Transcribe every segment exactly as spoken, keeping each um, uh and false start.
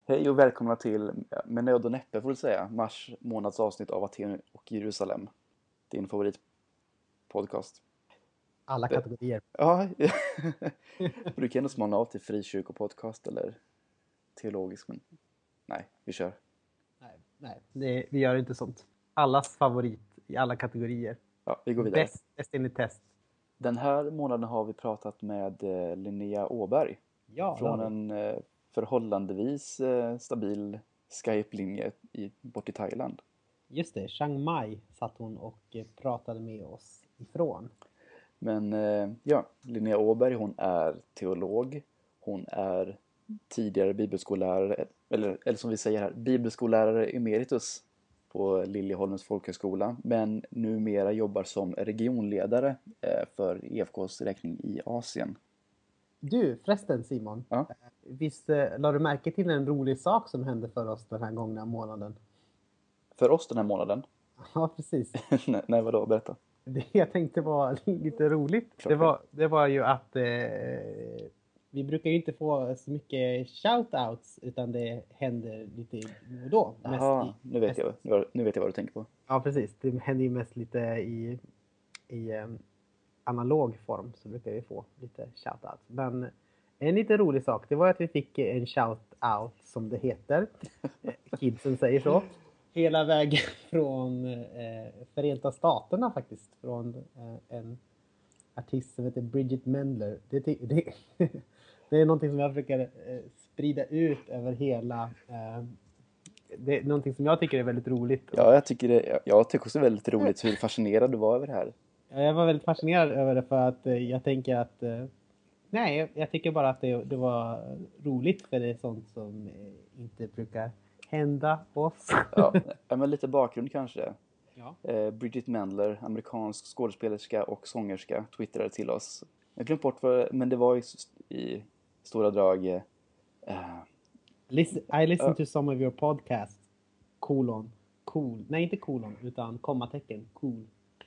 Hej och välkomna till, med nöd och näppe får du säga, mars månads avsnitt av Aten och Jerusalem. Din favoritpodcast. Alla Det, kategorier. ja, brukar ändå smalna av till frikyrkopodcast eller teologisk, men nej, vi kör. Nej, nej det, vi gör inte sånt. Allas favorit i alla kategorier. Ja, vi går vidare. Bäst, bäst enligt test. Den här månaden har vi pratat med eh, Linnea Åberg. Ja, Från en eh, förhållandevis eh, stabil Skype-linje i, bort i Thailand. Just det, Chiang Mai satt hon och eh, pratade med oss ifrån. Men eh, ja, Linnea Åberg, hon är teolog. Hon är tidigare bibelskollärare, eller, eller som vi säger här, bibelskollärare emeritus på Liljeholmens folkhögskola. Men numera jobbar som regionledare eh, för E F K:s räkning i Asien. Du, förresten Simon. Ja. Visst eh, la du märke till en rolig sak som hände för oss den här gångna månaden? För oss den här månaden? Ja, precis. nej, nej, vadå? Berätta. Det jag tänkte var lite roligt. Det var, det var ju att eh, vi brukar ju inte få så mycket shoutouts, utan det händer lite nu och då. Mest Aha, i, nu, vet mest, jag, nu vet jag vad du tänker på. Ja, precis. Det händer ju mest lite i, i um, analog form, så brukar vi få lite shoutouts. Men en lite rolig sak, det var att vi fick en shoutout, som det heter. Kidsen säger så. Hela vägen från eh, Förenta Staterna faktiskt. Från eh, en artist som heter Bridget Mendler. Det, det, det är någonting som jag försöker eh, sprida ut över hela... Eh, det är någonting som jag tycker är väldigt roligt. Ja, jag tycker, det, jag tycker också det är väldigt roligt hur fascinerad du var över det här. Jag var väldigt fascinerad över det, för att eh, jag tänker att... Eh, nej, jag tycker bara att det, det var roligt, för det är sånt som eh, inte brukar hända oss. Ja, men lite bakgrund kanske. Ja. Eh, Bridget Mendler, amerikansk skådespelerska och sångerska, twittrade till oss. Jag glömde bort vad, men det var ju i stora drag... Eh, Listen, I listen uh, to some of your podcasts. Kolon. Cool. Nej, inte kolon, utan kommatecken. Cool.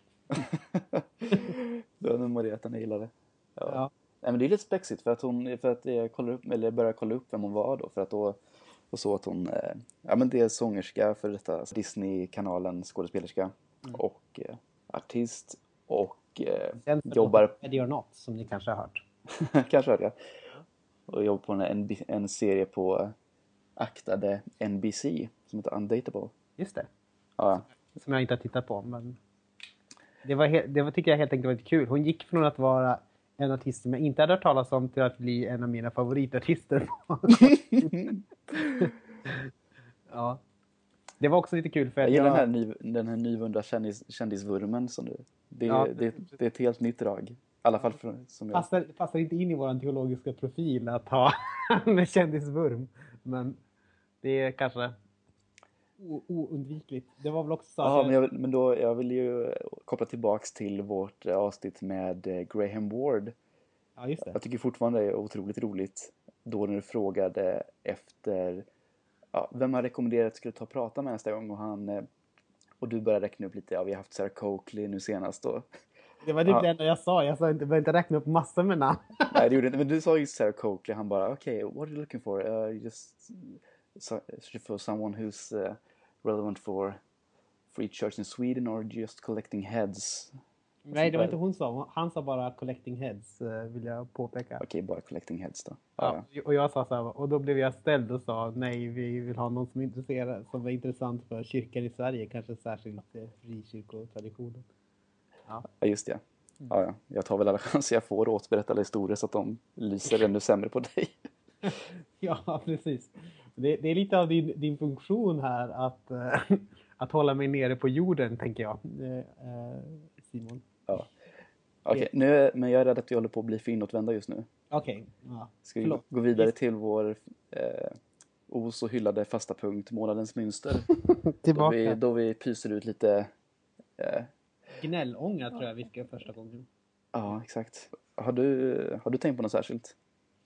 Du har memorerat den, jag gillar det. Ja. Ja. Nej, men det är lite spexigt för att hon, för att jag kollar upp, eller jag började kolla upp vem hon var då, för att då och så att hon, eh, ja men det är sångerska för detta Disney-kanalen, skådespelerska mm. och eh, artist och eh, jobbar... Ready or Not, som ni kanske har hört. kanske hört, ja. Och jobbar på en, en serie på aktade N B C som heter Undateable. Just det. Ja. Som jag inte har tittat på, men det var, he- det var tycker jag helt enkelt var lite kul. Hon gick från att vara en artist som jag inte hade hört talas om till att bli en av mina favoritartister. Ja. Det var också lite kul för att jag gillar jag... den här, ny, den här nyvunna kändis, kändisvurmen som du... Det, ja, det, det, det är ett helt nytt drag. I alla fall för, som jag... Passar, passar inte in i vår teologiska profil att ha med kändisvurm. Men det är kanske o- oundvikligt. Det var väl också så. Ja, men, jag, men då, jag vill ju koppla tillbaks till vårt avsnitt med Graham Ward. Ja, just det. Jag tycker fortfarande det är otroligt roligt då när du frågade efter ja, vem har rekommenderat att du skulle ta och prata med nästa gång, och han och du började räkna upp lite. Ja, vi har haft Sarah Coakley nu senast då. Det var typ det enda jag sa. Jag sa inte, behöver inte räkna upp massor med namn. Nej, det gjorde inte. Men du sa ju Sarah Coakley. Han bara, okej, okay, what are you looking for? Uh, just for someone who's uh, relevant for Free Church in Sweden or just collecting heads? Nej, det var inte hon sa. Han sa bara collecting heads, vill jag påpeka. Okej, okay, bara collecting heads då. Ja, ja. Och jag sa så här, och då blev jag ställd och sa, nej, vi vill ha någon som är intresserad, som är intressant för kyrkan i Sverige, kanske särskilt frikyrkotraditionen. Ja. Ja, just det. Ja, ja. Jag tar väl alla chanser jag får åt berätta historier så att de lyser ännu sämre på dig. Ja, precis. Det, det är lite av din, din funktion här att, äh, att hålla mig nere på jorden, tänker jag, äh, Simon. Ja. Okej, okay, nu, men jag är rädd att vi håller på att bli för inåtvända just nu. Okej. Okay. Ja. Ska vi Förlåt. gå vidare till vår eh, os och hyllade fasta punkt, månadens mönster. Tillbaka. Då vi, då vi pyser ut lite... Eh, Gnällånga tror jag vi ska första gången. Ja, exakt. Har du, har du tänkt på något särskilt?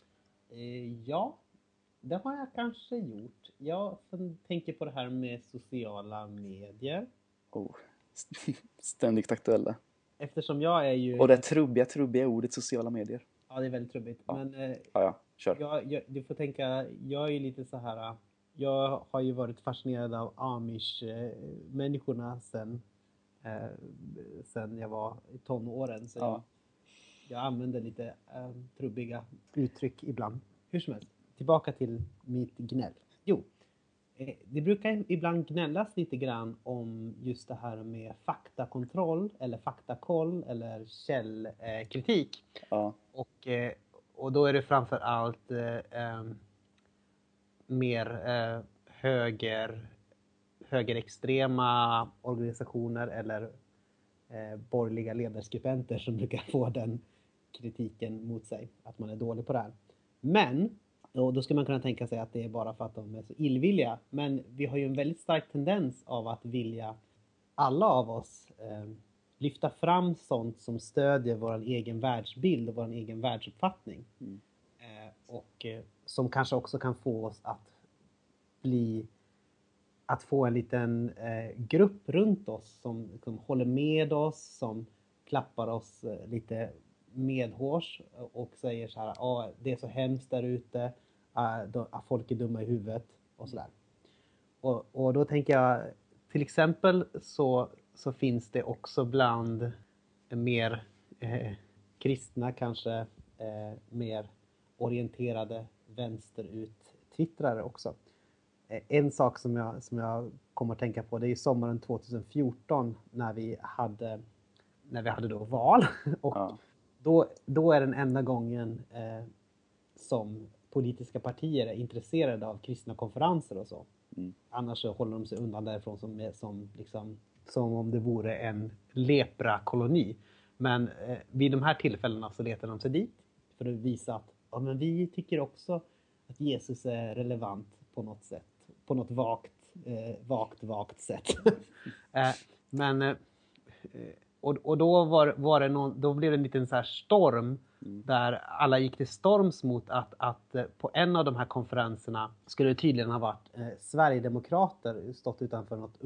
Eh, ja, det har jag kanske gjort. Jag tänker på det här med sociala medier. Oh, ständigt aktuella. Eftersom jag är ju... Och det trubbiga, trubbiga ordet sociala medier. Ja, det är väldigt trubbigt. Ja. Men eh, ja, ja, kör. Jag, jag, du får tänka, jag är ju lite så här jag har ju varit fascinerad av Amish-människorna sen, eh, sen jag var i tonåren. Så Ja. jag, jag använder lite eh, trubbiga uttryck ibland. Hur som helst, tillbaka till mitt gnäll. Jo, eh, det brukar ibland gnällas lite grann om just det här med faktakontroll eller faktakoll eller källkritik. Ja. Och, eh, och då är det framför allt eh, eh, mer eh, höger, högerextrema organisationer eller eh, borgerliga ledarskribenter som brukar få den kritiken mot sig, att man är dålig på det här. Men, och då ska man kunna tänka sig att det är bara för att de är så illvilliga, men vi har ju en väldigt stark tendens av att vilja, alla av oss, eh, lyfta fram sånt som stödjer vår egen världsbild och vår egen världsuppfattning. Mm. Eh, och eh, som kanske också kan få oss att bli, att få en liten eh, grupp runt oss som, som håller med oss, som klappar oss eh, lite medhårs och säger så här, ah, det är så hemskt där ute, ah, då, ah, folk är dumma i huvudet och sådär. Och, och då tänker jag, till exempel så, så finns det också bland mer eh, kristna, kanske eh, mer orienterade vänsterut-twittrare också. Eh, en sak som jag, som jag kommer att tänka på, det är sommaren tjugohundrafjorton när vi hade, när vi hade då val. Och Ja. då, då är den enda gången eh, som politiska partier är intresserade av kristna konferenser och så. Mm. Annars så håller de sig undan därifrån som, som, liksom, som om det vore en leprakoloni. Men eh, vid de här tillfällena så letar de sig dit för att visa att ja, men vi tycker också att Jesus är relevant på något sätt. På något vagt, eh, vagt, vagt sätt. eh, men eh, och, och då, var, var det någon, då blev det en liten så här storm mm. där alla gick till storms mot att, att eh, på en av de här konferenserna skulle det tydligen ha varit eh, Sverigedemokrater stått utanför något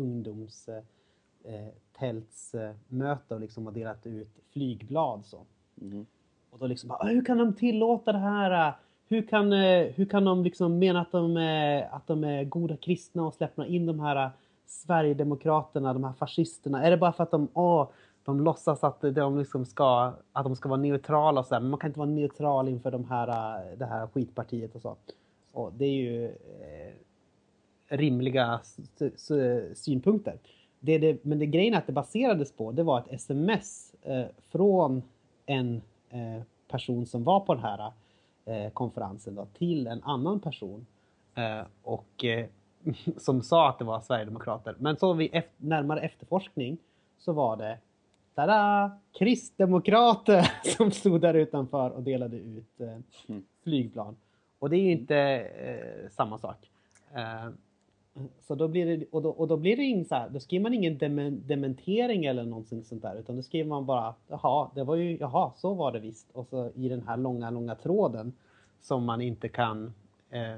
ungdomstältsmöte eh, och liksom har delat ut flygblad så. Mm. Och då liksom bara, hur kan de tillåta det här? Hur kan, hur kan de liksom mena att de, är, att de är goda kristna och släppa in de här Sverigedemokraterna, de här fascisterna? Är det bara för att de, åh, de låtsas att de, liksom ska, att de ska vara neutrala och så här, men man kan inte vara neutral inför de här, det här skitpartiet och så. Och det är ju eh, rimliga s- s- synpunkter. Det, det, men det grejen att det baserades på, det var ett sms eh, från en eh, person som var på den här eh, konferensen då, till en annan person eh, och eh, som sa att det var Sverigedemokrater. Men så vid eft- närmare efterforskning så var det tada, kristdemokrater som stod där utanför och delade ut eh, flygplan. Och det är ju inte eh, samma sak. Eh, Så då blir det, och då, och då blir det ingen så här, då skriver man ingen demen, dementering eller någonting sånt där, utan då skriver man bara, jaha, det var ju, jaha, så var det visst. Och så i den här långa, långa tråden som man inte kan, eh,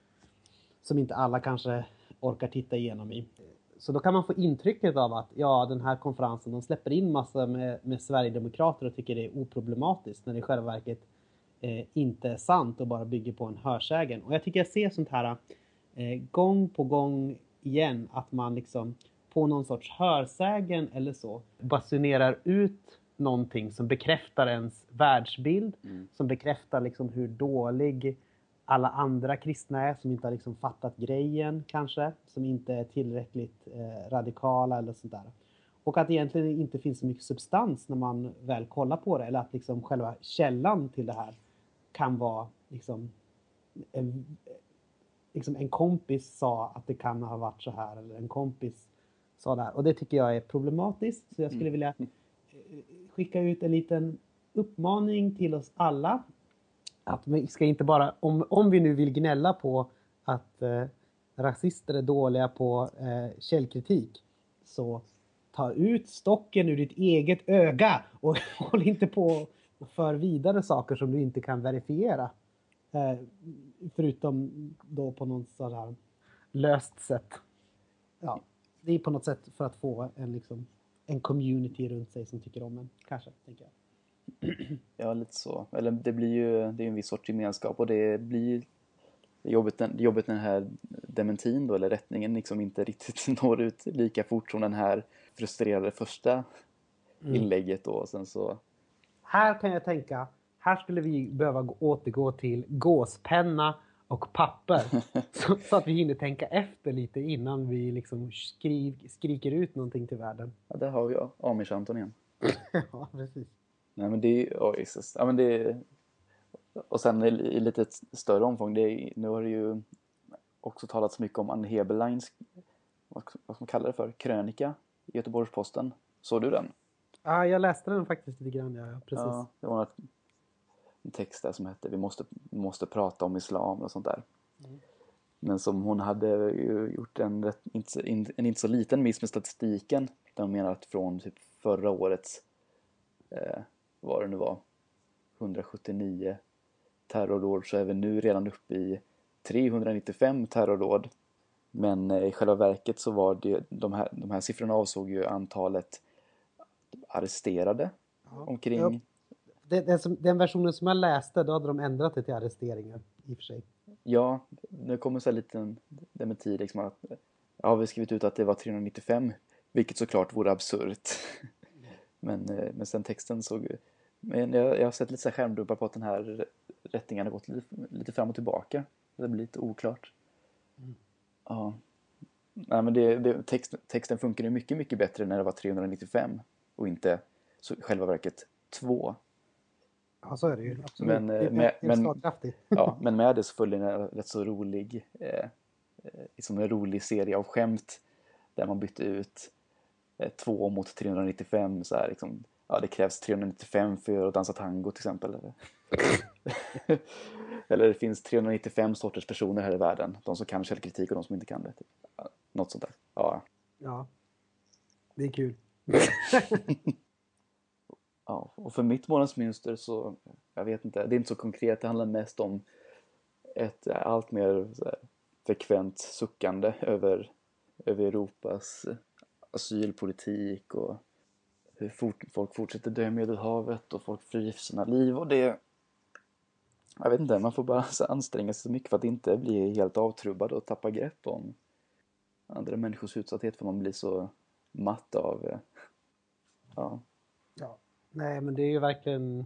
som inte alla kanske orkar titta igenom i. Så då kan man få intrycket av att, ja, den här konferensen, de släpper in massa med, med Sverigedemokrater och tycker det är oproblematiskt, när det i själva verket eh, inte är sant och bara bygger på en hörsägen. Och jag tycker jag ser sånt här Eh, gång på gång igen, att man liksom på någon sorts hörsägen eller så basunerar ut någonting som bekräftar ens världsbild, mm. som bekräftar liksom hur dålig alla andra kristna är, som inte har liksom fattat grejen kanske, som inte är tillräckligt eh, radikala eller sånt där. Och att det egentligen inte finns så mycket substans när man väl kollar på det, eller att liksom själva källan till det här kan vara liksom en, liksom en kompis sa att det kan ha varit så här, eller en kompis sa det här. Och det tycker jag är problematiskt. Så jag skulle vilja skicka ut en liten uppmaning till oss alla. Att vi ska inte bara, om, om vi nu vill gnälla på att eh, rasister är dåliga på eh, källkritik, så ta ut stocken ur ditt eget öga och håll inte på och för vidare saker som du inte kan verifiera. Eh, förutom då på något sådär löst sätt. Ja, det är på något sätt för att få en, liksom, en community runt sig som tycker om en, kanske, tänker jag. Ja, lite så. Eller det blir ju, det är en viss sorts gemenskap, och det blir Det är jobbigt, den, jobbigt den här dementin då, eller rättningen liksom inte riktigt når ut lika fort som den här frustrerade första mm. inlägget då. Sen så... Här kan jag tänka, här skulle vi behöva återgå till gåspenna och papper. så, så att vi hinner tänka efter lite innan vi liksom skri, skriker ut någonting till världen. Ja, där har vi ja, Amish-Anton igen. Ja, precis. Nej, men det är oh, Jesus. Ja, men det är... Och sen i, i lite större omfång, det är, nu har det ju också talats mycket om Anne Heberleins, vad, vad ska man kalla det för, krönika i Göteborgs-Posten. Såg du den? Ja, jag läste den faktiskt lite grann, ja, precis. Ja, det var en text där som hette Vi måste, måste prata om islam och sånt där. Mm. Men som hon hade ju gjort en, rätt, inte, en inte så liten miss med statistiken. Där hon menar att från typ förra årets, eh, vad det nu var, hundrasjuttionio terrordåd, så är vi nu redan uppe i trehundranittiofem terrordåd. Men i själva verket så var det, de här, de här siffrorna avsåg ju antalet arresterade ja. omkring. Ja. Det, det som, den versionen som jag läste, då hade de ändrat det till arresteringar i och för sig. Ja, nu kommer så här liten dementi liksom att ja, vi har skrivit ut att det var trehundranittiofem, vilket såklart vore absurt. men, men sen texten såg men jag, jag har sett lite så här skärmdumpar på att den här rättningen har gått lite, lite fram och tillbaka. Det blir lite oklart. Mm. Ja. Nej, men det, det, text, texten funkar ju mycket, mycket bättre när det var trehundranittiofem och inte så, själva verket två. Ja, så är det ju. Absolut. Men, det är, med, det är men, ja, men med det så följer en rätt så rolig eh, liksom en rolig serie av skämt där man bytte ut eh, två mot trehundranittiofem så här liksom. Ja, det krävs trehundranittiofem för att dansa tango till exempel. Eller, eller det finns trehundranittiofem sorters personer här i världen. De som kan källkritik och de som inte kan det. Typ. Något sånt där. Ja, ja. Det är kul. Ja, och för mitt månadsmönster så, jag vet inte, det är inte så konkret. Det handlar mest om ett allt mer så här, frekvent suckande över, över Europas asylpolitik och hur fort, folk fortsätter dö i Medelhavet och folk flyr för sina liv. Och det, jag vet inte, man får bara så anstränga sig så mycket för att inte bli helt avtrubbad och tappa grepp om andra människors utsatthet, för man blir så matt av, ja. Ja. Nej, men det är ju verkligen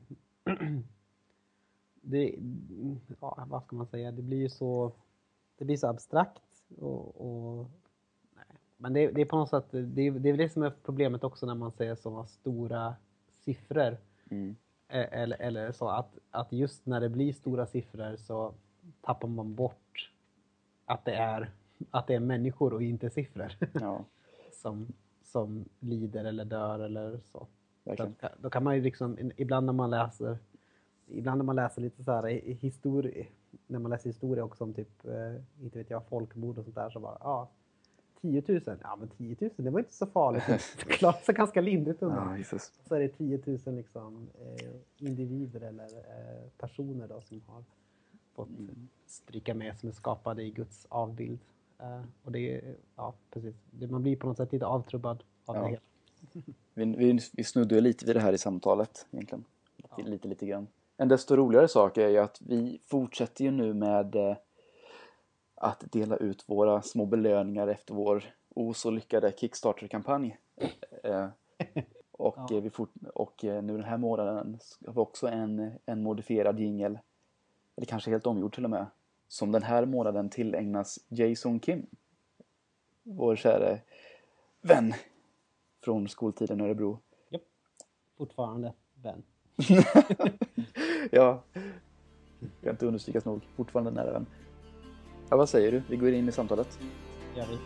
det, ja, vad ska man säga, det blir ju så det blir så abstrakt och, och nej. Men det, det är på något sätt det, det är väl det som är problemet också när man säger så stora siffror mm. eller, eller så att, att just när det blir stora siffror så tappar man bort att det är att det är människor och inte siffror ja. som, som lider eller dör eller så. Då, då kan man ju liksom, ibland när man läser ibland när man läser lite så här historia, när man läser historia också om typ, eh, inte vet jag, folkmord och sånt där, så bara, ja, tio tusen, ja men tio tusen, det var inte så farligt, det klarar sig ganska lindrigt undan. Ja, så är det tio tusen liksom eh, individer eller eh, personer då som har fått mm. stryka med, som är skapade i Guds avbild. Eh, och det är, ja precis, det, man blir på något sätt lite avtrubbad av ja. det hela. Vi, vi, vi snuddade lite vid det här i samtalet egentligen. Lite, ja. lite, lite grann. En desto roligare sak är ju att vi fortsätter ju nu med eh, att dela ut våra små belöningar efter vår o så lyckade Kickstarter-kampanj. eh, och, ja. eh, vi fort, och eh, nu den här månaden har vi också en, en modifierad jingle, eller kanske helt omgjord till och med, som den här månaden tillägnas Jason Kim. Vår kära vän från skoltiden i Örebro. Japp. Fortfarande vän. Ja. Jag kan inte understrykas nog. Fortfarande nära vän. Ja, vad säger du? Vi går in i samtalet. Ja, vi.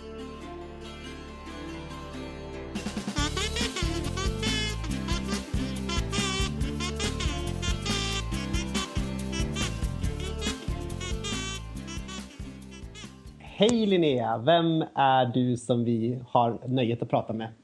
Hej Linnea, vem är du som vi har nöjet att prata med?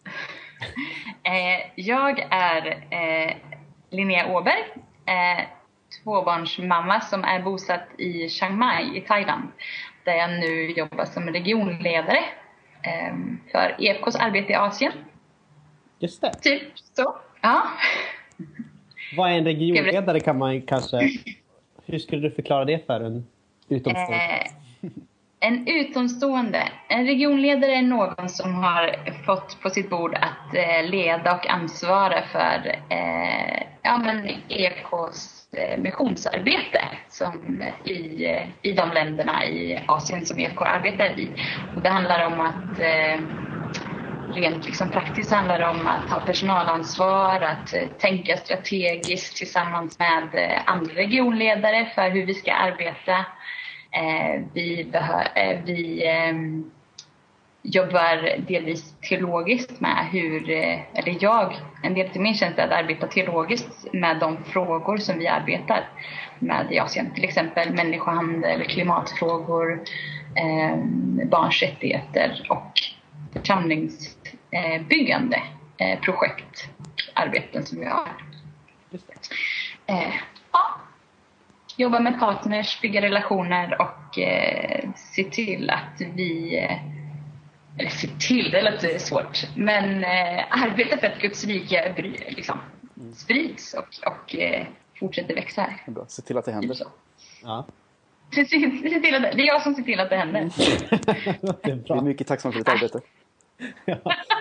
Eh, jag är eh, Linnea Åberg, eh, tvåbarnsmamma som är bosatt i Chiang Mai i Thailand, där jag nu jobbar som regionledare eh, för E F K:s arbete i Asien. Just det. Typ så, ja. Vad är en regionledare, kan man kanske... Hur skulle du förklara det för en Utomstående. Eh, en utomstående. En regionledare är någon som har fått på sitt bord att eh, leda och ansvara för eh, ja, men E K:s eh, missionsarbete som i, eh, i de länderna i Asien som E K arbetar i. Och det handlar om att eh, rent liksom praktiskt handlar det om att ha personalansvar, att eh, tänka strategiskt tillsammans med eh, andra regionledare för hur vi ska arbeta. Eh, vi behö- eh, vi eh, jobbar delvis teologiskt med hur, eh, eller jag, en del till min tjänst är att arbeta teologiskt med de frågor som vi arbetar med i Asien. Till exempel människohandel, klimatfrågor, eh, barns rättigheter och församlingsbyggande eh, projekt, arbeten som vi har. Eh, ja. Jobba med partners, bygga relationer och eh, se till att vi, eh, eller se till, det låter svårt, men eh, arbeta för att Guds rike liksom, sprids och, och eh, fortsätter växa. Bra. Se till att det händer. Ja. Precis, se till att det, det är jag som ser till att det händer. Det är Vi bra. är mycket tacksamma för ditt arbete. Ja.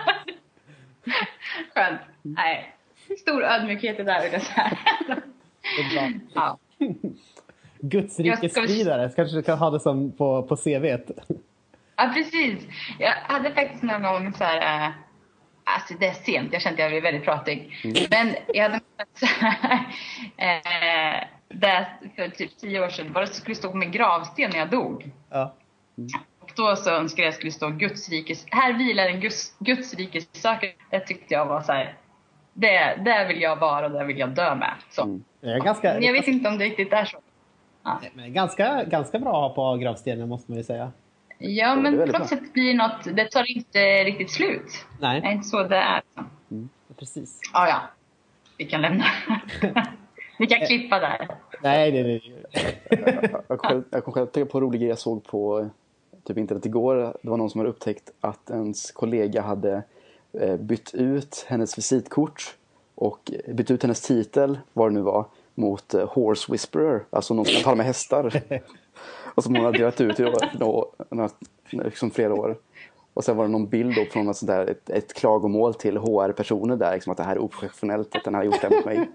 Skönt. Nej, stor ödmjukhet är där, vill jag säga. Det är bra. Ja. Guds Jag rikes ska- spridare. Kanske du kan ha det som på, på C V:t. Ja, precis. Jag hade faktiskt någon gång så här... Äh, alltså det är sent, jag kände att jag blev väldigt pratig. Men jag hade så här, äh, där för typ tio år sedan var det skulle stå på min gravsten när jag dog. Ja. Och då så önskade jag skulle stå Guds rikes... Här vilar en Guds, Guds rikes saker. Det tyckte jag var så här... Det, där vill jag vara och där vill jag dö med. Så. Mm. Det är ganska, Men jag vet inte om det riktigt är så. Ja. men ganska, ganska bra att ha på gravstenen, måste man ju säga. Ja, det är men på väldigt något bra. sätt blir inte, det tar inte riktigt slut. Det är Nej, inte så det är. precis. Ja, ja. Vi kan lämna. Vi kan klippa där. Nej, det är det. Jag kom själv, jag kom själv att tänka på en rolig grej jag såg på typ internet igår. Det var någon som hade upptäckt att ens kollega hade eh, bytt ut hennes visitkort och bytt ut hennes titel, vad det nu var, mot eh, Horse Whisperer, alltså någon som talar med hästar. Och som hon hade delat ut i då, några, liksom flera år. Och sen var det någon bild då från ett, sånt där, ett, ett klagomål till H R-personer där, liksom att det här är oprofessionellt, att den har gjort det mot mig.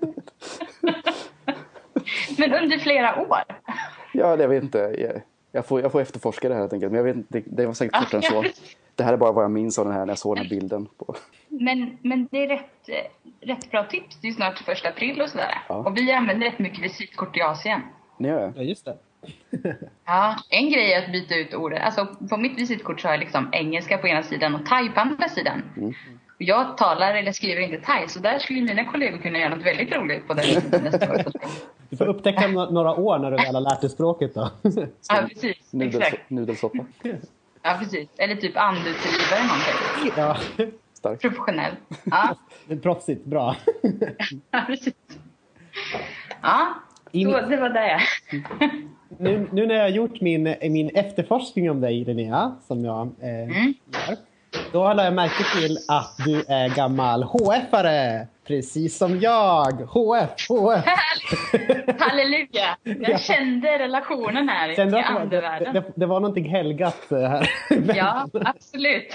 Men under flera år. Ja, det jag vet inte. Jag, jag, får, jag får efterforska det här helt enkelt. Men jag vet inte, det, det var säkert fortare än så. Det här är bara vad jag minns av den här när jag såg den här bilden. På. Men, men det är rätt, rätt bra tips. Det är snart första april och sådär. Ja. Och vi använder rätt mycket visitkort i Asien. Ni gör det? Ja, just det. Ja, en grej är att byta ut orden. Alltså på mitt visitkort så har jag liksom engelska på ena sidan och thai på andra sidan. Mm. Jag talar eller skriver inte thai, så där skulle mina kollegor kunna göra något väldigt roligt på den nästa år. Du får upptäcka om no- några år när du väl har lärt dig språket då. Ja, precis. Nudels, Exakt. nudelsoppa. Ja, precis. Eller typ andutgivare någonting. Ja, Starkt. Professionell. Ja, det är proffsigt. Bra. ja precis. Ja, In- så det var det. Nu, nu när jag har gjort min, min efterforskning om dig, Linnea, som jag eh, Mm. gör, då har jag märkt till att du är gammal H F-are. Precis som jag. H F, H F. Härligt. Halleluja. Jag Ja. kände relationen här Kände i att det, var, andevärlden. det, det, det var någonting helgat eh, här. Ja, absolut.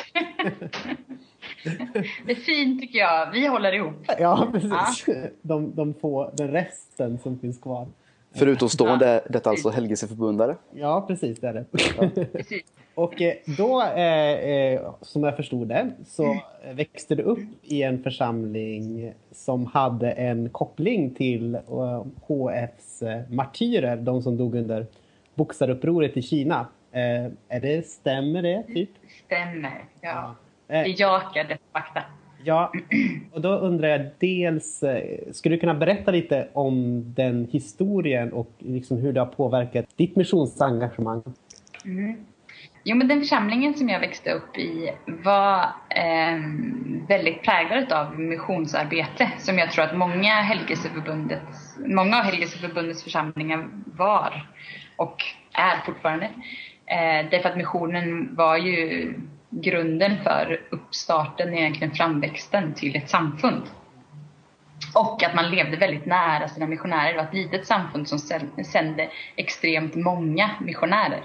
Det är fint tycker jag. Vi håller ihop. Ja, precis. De, de få, den resten som finns kvar. Förutom stående är detta alltså helgelseförbundare. Ja, precis, det är det. Precis. Och eh, då, eh, eh, som jag förstod det, så växte du upp i en församling som hade en koppling till eh, H F:s eh, martyrer, de som dog under boxarupproret i Kina. Eh, är det, stämmer det, typ? Stämmer. Ja. Eh, Bejakar detta fakta. Ja, och då undrar jag dels, eh, skulle du kunna berätta lite om den historien och liksom hur det har påverkat ditt missionsengagemang? Mm. Jo, men den församlingen som jag växte upp i var eh, väldigt präglad av missionsarbete som jag tror att många, helgelseförbundets, många av Helgelseförbundets församlingar var och är fortfarande. Eh, därför att missionen var ju grunden för uppstarten, egentligen framväxten till ett samfund. Och att man levde väldigt nära sina missionärer. Det var ett litet samfund som sände extremt många missionärer.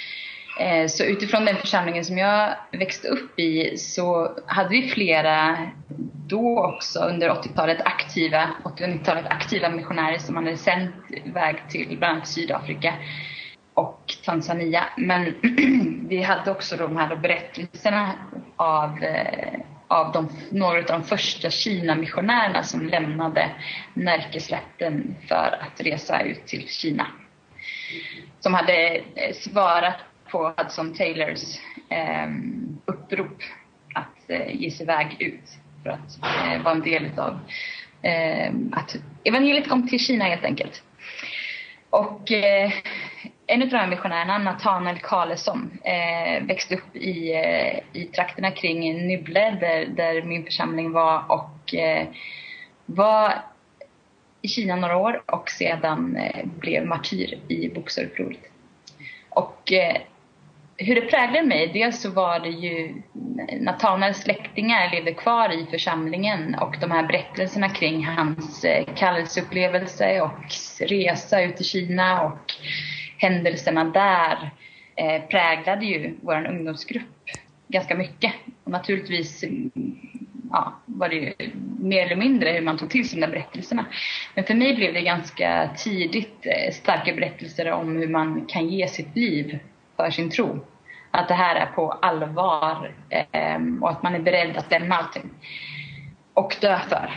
Så utifrån den församlingen som jag växte upp i så hade vi flera då också under åttiotalet aktiva, åttio- och nittiotalet aktiva missionärer som hade sänt iväg till bland annat Sydafrika och Tanzania. Men vi hade också de här berättelserna av, av de, några av de första Kina-missionärerna som lämnade Närkeslätten för att resa ut till Kina. Som hade svarat på Hudson Taylors eh, upprop att eh, ge sig iväg ut för att eh, vara en del av eh, att evangeliet kom till Kina helt enkelt. Och eh, en av de här missionärerna, Nathanael Carlesson, eh, växte upp i, eh, i trakterna kring Nybble där, där min församling var och eh, var i Kina några år och sedan eh, blev martyr i Boxerupproret. Och eh, hur det präglade mig, dels så var det ju Nathanaels släktingar levde kvar i församlingen och de här berättelserna kring hans eh, kallelseupplevelse och resa ut i Kina och händelserna där eh, präglade ju vår ungdomsgrupp ganska mycket. Och naturligtvis ja, var det ju mer eller mindre hur man tog till sig de där berättelserna. Men för mig blev det ganska tidigt eh, starka berättelser om hur man kan ge sitt liv för sin tro. Att det här är på allvar eh, och att man är beredd att lämna allting. Och dö för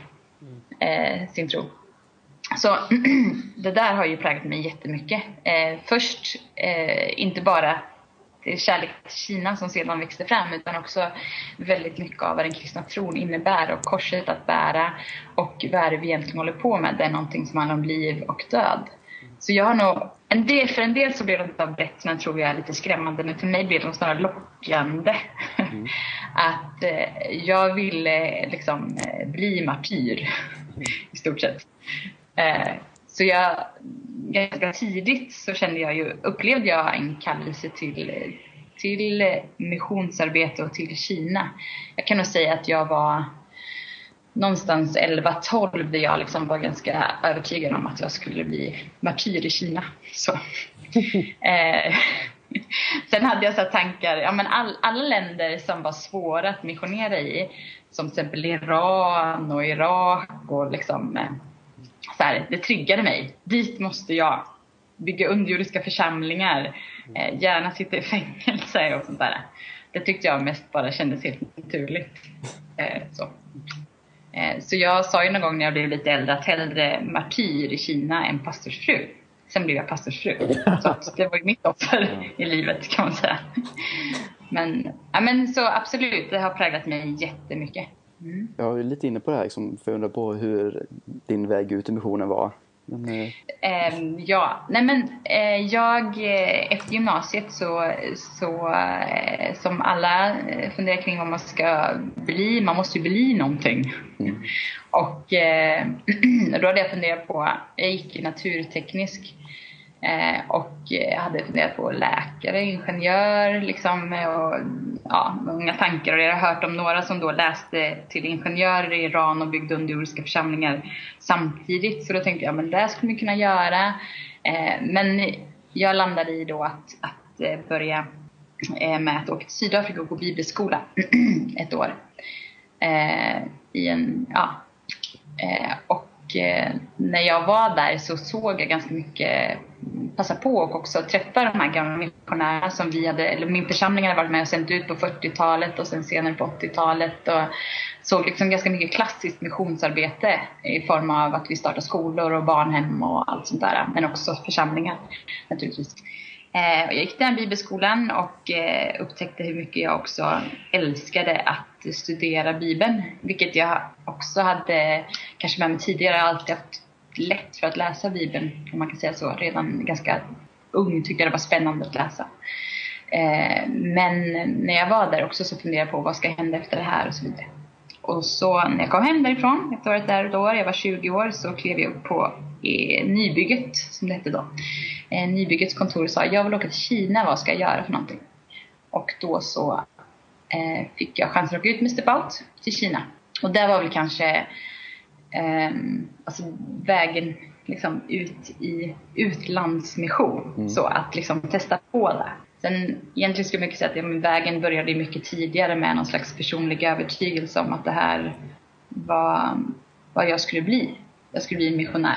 eh, sin tro. Så det där har ju präglat mig jättemycket. Eh, först eh, inte bara till kärlek till Kina som sedan växte fram utan också väldigt mycket av vad den kristna tron innebär och korset att bära och vad vi egentligen håller på med. Det är någonting som handlar om liv och död. Så jag har nog, en del, för en del så blev de av berättelserna tror jag lite skrämmande, men för mig blev de snarare lockande. Mm. Att eh, jag ville liksom eh, bli martyr i stort sett. Eh, så jag, ganska tidigt så kände jag ju, upplevde jag en kallelse till, till missionsarbete och till Kina. Jag kan nog säga att jag var någonstans elva tolv där jag liksom var ganska övertygad om att jag skulle bli martyr i Kina. Så. eh, sen hade jag så tankar, ja men all, alla länder som var svåra att missionera i, som till exempel Iran och Irak och liksom eh, så här, det triggade mig. Dit måste jag bygga underjordiska församlingar, eh, gärna sitta i fängelse och sånt där. Det tyckte jag mest bara kändes helt naturligt. Eh, så. Så jag sa ju någon gång när jag blev lite äldre att hellre martyr i Kina än pastorsfru. Sen blev jag pastorsfru. Så det var ju mitt offer i livet kan man säga. Men, ja, men så absolut, det har präglat mig jättemycket. Mm. Jag är lite inne på det här liksom, för att undra på hur din väg ut i missionen var. Men, eh... Eh, ja, nej men eh, jag efter gymnasiet så, så eh, som alla funderar kring vad man ska bli, man måste ju bli någonting. Mm. Och eh, då hade jag funderat på, jag gick i naturteknisk eh, och jag hade funderat på läkare, ingenjör liksom, och ja, många tankar, och jag har hört om några som då läste till ingenjörer i Iran och byggde underjordiska församlingar samtidigt, så då tänkte jag, men det skulle man kunna göra. Eh, men jag landade i då att, att eh, börja eh, med att åka till Sydafrika och gå bibelskola ett år. Eh, i en, ja, eh, och eh, när jag var där så såg jag ganska mycket passa på och också träffa de här gamla missionärerna som vi hade, eller min församling hade varit med och sänt ut på fyrtiotalet och sen senare på åttiotalet, och såg liksom ganska mycket klassiskt missionsarbete i form av att vi startade skolor och barnhem och allt sånt där, men också församlingar naturligtvis. Eh, jag gick den bibelskolan och eh, upptäckte hur mycket jag också älskade att studera Bibeln, vilket jag också hade kanske med mig tidigare, alltid haft lätt för att läsa Bibeln, om man kan säga så. Redan ganska ung tyckte jag det var spännande att läsa. Eh, men när jag var där också så funderade jag på vad ska hända efter det här och så vidare. Och så när jag kom hem därifrån, ett år där och då, jag var tjugo år, så klev jag upp på eh, Nybygget, som det hette då. Eh, Nybyggets kontor sa, jag vill åka till Kina, vad ska jag göra för någonting? Och då så eh, fick jag chansen att åka ut med Step Out till Kina. Och där var väl kanske eh, alltså vägen liksom ut i utlandsmission. Mm. Så att liksom testa på det. Sen egentligen skulle man säga att ja, vägen började mycket tidigare med någon slags personlig övertygelse om att det här var vad jag skulle bli. Jag skulle bli en missionär.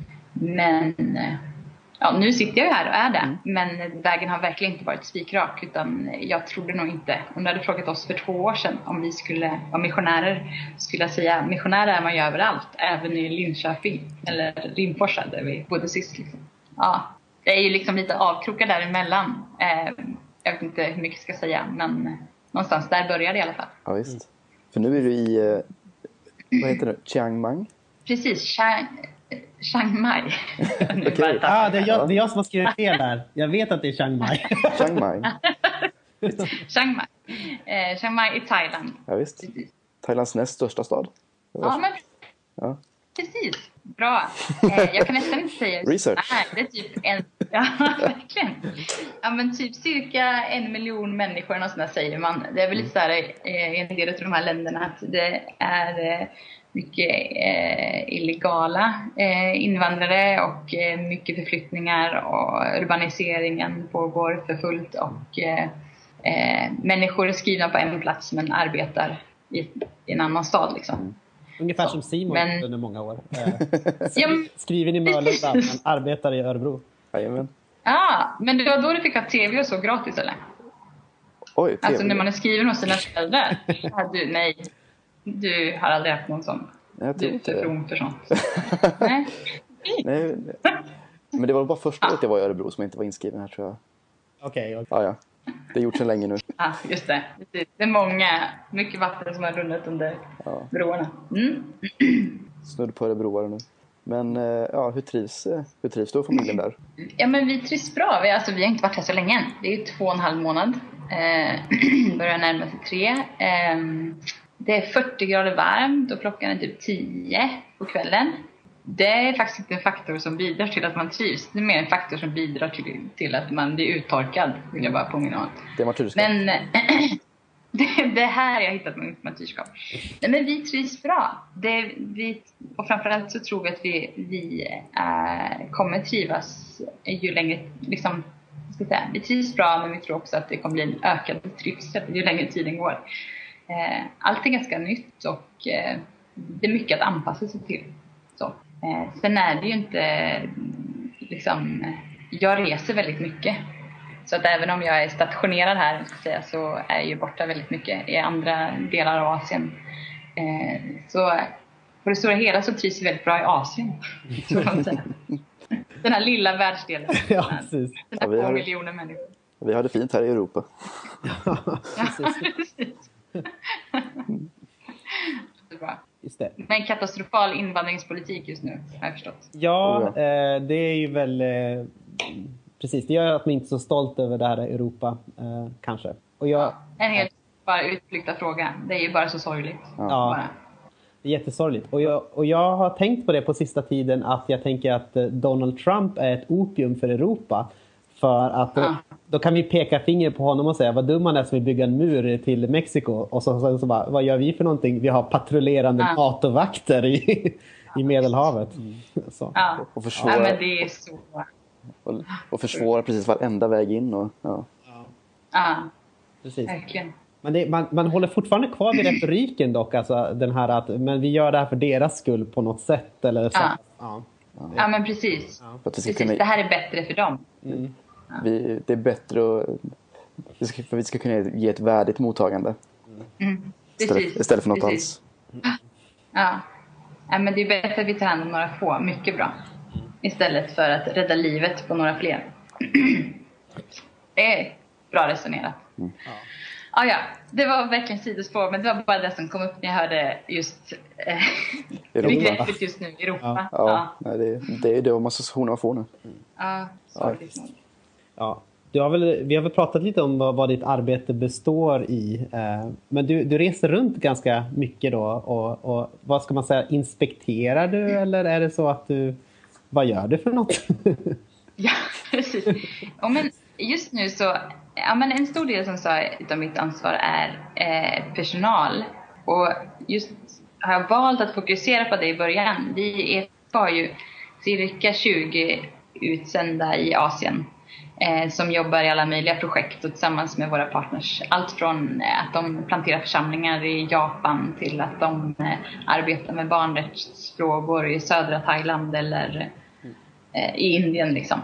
Men ja, nu sitter jag ju här och är det. Men vägen har verkligen inte varit spikrak. Utan jag trodde nog inte. Om du hade frågat oss för två år sedan om vi skulle vara missionärer, skulle jag säga missionärer är man ju överallt. Även i Linköping eller Rimforsa där vi bodde sist. Liksom. Ja, det är ju liksom lite avkrokar däremellan. Eh, jag vet inte hur mycket jag ska säga. Men någonstans där började det i alla fall. Ja, visst. För nu är du i, vad heter det? Chiang Mai? Precis, Chiang, Chiang Mai. Okay. Ah, det, är jag, det är jag som har skrivit fel här. Jag vet att det är Chiang Mai. Chiang Mai. Chiang Mai. Eh, Chiang Mai i Thailand. Ja, visst. Precis. Thailands näst största stad. Ja, men ja. Precis. Bra. Eh, jag kan nästan inte säga research. Nej, det är typ en, ja, verkligen. Ja, men typ cirka en miljon människor och sådär säger man. Det är väl lite så här eh, i en del av de här länderna att det är eh, mycket eh, illegala eh, invandrare och eh, mycket förflyttningar och urbaniseringen pågår för fullt och eh, eh, människor är skrivna på en plats men arbetar i, i en annan stad liksom. Ungefär så, som Simon men... under många år. ja, skriven i Mölndal men arbetar i Örebro. Jajamän. Ja, men det var då du fick ha tv och så gratis eller? Oj, T V. Alltså när man är skriven hos sina föräldrar. Du, nej, du har aldrig haft någon sån. Jag du är för from för sånt. nej. nej. Men det var bara första året jag var i Örebro som inte var inskriven här tror jag. Okej. Okay, okay. Ja, ja. Det är gjort sedan länge nu. Ja, just det. Det är många, mycket vatten som har runnit under ja. broarna. Mm. Snudd på Örebroare nu. Men ja, hur trivs, hur trivs du och familjen där? Ja, men vi trivs bra. Vi, alltså, vi har inte varit här så länge än. Det är ju två och en halv månad. Eh, börjar närma sig tre. Eh, det är fyrtio grader varmt och klockan är typ tio på kvällen. Det är faktiskt inte en faktor som bidrar till att man trivs. Det är mer en faktor som bidrar till, till att man blir uttorkad, vill jag bara påminna om. Det är martyrskap. Men det, det här jag har hittat med mitt martyrskap. Nej, men vi trivs bra. Det, vi, och framförallt så tror vi att vi, vi äh, kommer trivas ju längre, liksom, ska säga, vi trivs bra, men vi tror också att det kommer bli en ökad trivsel ju längre tiden går. Eh, allt är ganska nytt och eh, det är mycket att anpassa sig till. Så. Eh, sen är det ju inte liksom, jag reser väldigt mycket. Så att även om jag är stationerad här ska säga, så är jag ju borta väldigt mycket i andra delar av Asien. Eh, så på det stora hela så trivs vi väldigt bra i Asien. Så kan man säga. Den här lilla världsdelen. Ja, precis. Den här ja, två har, miljoner människor. Vi har det fint här i Europa. Ja, precis. Just det. Men katastrofal invandringspolitik just nu, har jag förstått. Ja, eh, det är ju väl... Eh, precis, det gör att man inte är så stolt över det här Europa, eh, kanske. Och jag, ja, en helt bara utflykta fråga. Det är ju bara så sorgligt. Ja, bara. Det är jättesorgligt. Och jag, och jag har tänkt på det på sista tiden att jag tänker att Donald Trump är ett opium för Europa. För att ja. då, då kan vi peka finger på honom och säga vad dum han är som vill bygga en mur till Mexiko. Och så, så, så bara, vad gör vi för någonting? Vi har patrullerande ja. NATO-vakter i, i Medelhavet. Mm. Så. Ja. Och försvåra, ja, men det är så... Och, och försvåra precis varenda väg in. Och, ja. Ja. ja, precis. Verkligen. Men det, man, man håller fortfarande kvar vid retoriken dock. Alltså den här att men vi gör det här för deras skull på något sätt. Eller så. Ja. Ja. Ja. ja, men precis. Ja. För att vi ska precis. kunna, det här är bättre för dem. Mm. Ja. Vi, det är bättre att, för vi ska kunna ge ett värdigt mottagande. Mm. Istället, istället för något precis. alls. Ja. ja, men det är bättre att vi tar hand om några få. Mycket bra. Istället för att rädda livet på några fler. Det är bra resonerat. Mm. Ja. Ah, ja, det var verkligen sidospår, men det var bara det som kom upp när jag hörde just eh, begreppet just nu, Europa. Ja, ja. ja. Nej, det, det är de associationer man får nu. Mm. Ja, sorgligt nog. Ja, du har väl, vi har väl pratat lite om vad, vad ditt arbete består i. Eh, men du, du reser runt ganska mycket då. Och, och vad ska man säga, inspekterar du eller är det så att du, vad gör du för något? Ja, precis. Ja, men just nu så, ja, men en stor del som sa av mitt ansvar är eh, personal. Och just har jag valt att fokusera på det i början. Vi var ju cirka tjugo utsända i Asien eh, som jobbar i alla möjliga projekt och tillsammans med våra partners. Allt från eh, att de planterar församlingar i Japan till att de eh, arbetar med barnrättsfrågor i södra Thailand eller eh, i Indien liksom.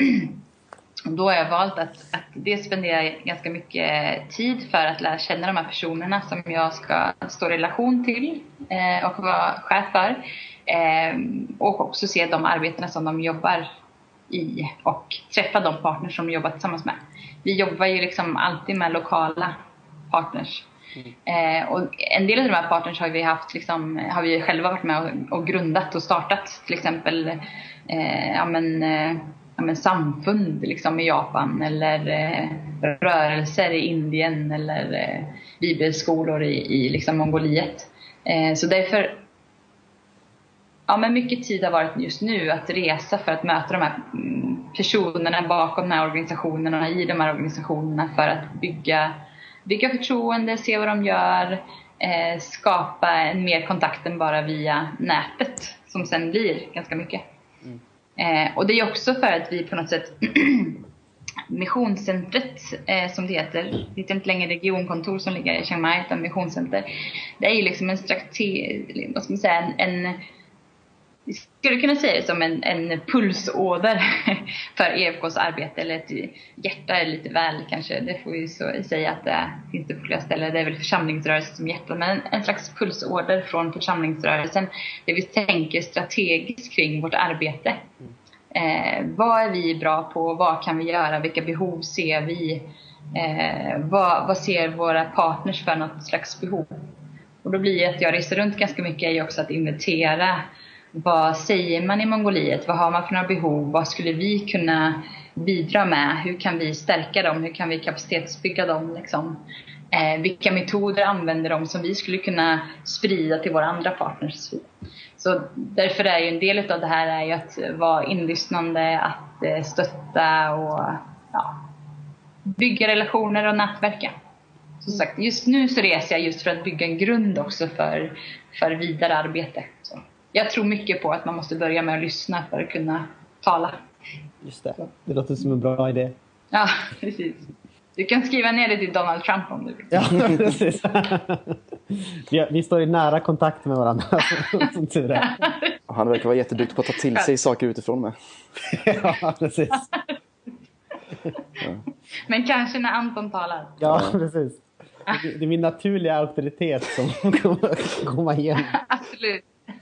Då har jag valt att, att det spenderar ganska mycket tid för att lära känna de här personerna som jag ska stå i relation till eh, och vara chef för. Eh, och också se de arbetena som de jobbar i och träffa de partners som de jobbar tillsammans med. Vi jobbar ju liksom alltid med lokala partners. Mm. Eh, och en del av de här partners har vi haft liksom, har vi själva varit med och, och grundat och startat. Till exempel eh, ja, men, eh, ja, men samfund liksom, i Japan eller eh, rörelser i Indien eller eh, bibelskolor i, i liksom, Mongoliet. Eh, så därför ja, men mycket tid har varit just nu att resa för att möta de här personerna bakom de här organisationerna, i de här organisationerna för att bygga, bygga förtroende, se vad de gör, eh, skapa en mer kontakt än bara via nätet som sen blir ganska mycket. Mm. Eh, och det är också för att vi på något sätt missionscentret eh, som det heter, det är inte längre regionkontor som ligger i Chiang Mai utan missionscenter, det är ju liksom en strategi, vad ska man säga, en, en vi skulle kunna säga det som en, en pulsåder för E F K:s arbete, eller ett hjärta är lite väl kanske, det får vi så säga att det finns det på flera ställen, det är väl församlingsrörelsen som hjärta, men en, en slags pulsåder från församlingsrörelsen där vi tänker strategiskt kring vårt arbete. Eh, vad är vi bra på, vad kan vi göra, vilka behov ser vi, eh, vad, vad ser våra partners för något slags behov. Och då blir det att jag reser runt ganska mycket är också att inventera. Vad säger man i Mongoliet? Vad har man för några behov? Vad skulle vi kunna bidra med? Hur kan vi stärka dem? Hur kan vi kapacitetsbygga dem? Liksom? Eh, vilka metoder använder de som vi skulle kunna sprida till våra andra partners? Så därför är ju en del av det här är ju att vara inlyssnande, att eh, stötta och ja, bygga relationer och nätverka. Som sagt, just nu så reser jag just för att bygga en grund också för, för vidare arbete. Så. Jag tror mycket på att man måste börja med att lyssna för att kunna tala. Just det, det låter som en bra idé. Ja, precis. Du kan skriva ner det till Donald Trump om du vill. Ja, precis. Vi, vi står i nära kontakt med varandra, som tur är. Han verkar vara jätteduktig på att ta till sig saker utifrån med. Ja, precis. Ja. Men kanske när Anton talar. Ja, precis. Det är min naturliga auktoritet som kommer komma igen. Absolut.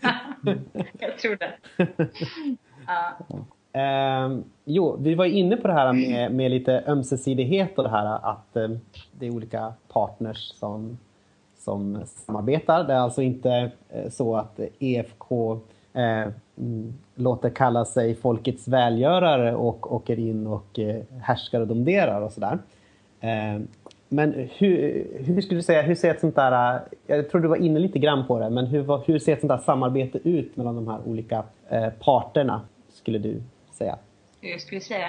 Jag tror det. Ja. Eh, jo, vi var inne på det här med, med lite ömsesidighet och det här att eh, det är olika partners som, som samarbetar. Det är alltså inte eh, så att E F K eh, m, låter kalla sig folkets välgörare och åker in och eh, härskar och domderar och sådär. Eh, Men hur, hur skulle du säga, hur ser ett sånt där, jag tror du var inne lite grann på det, men hur, hur ser ett sånt där samarbete ut mellan de här olika eh, parterna, skulle du säga? Hur jag skulle säga?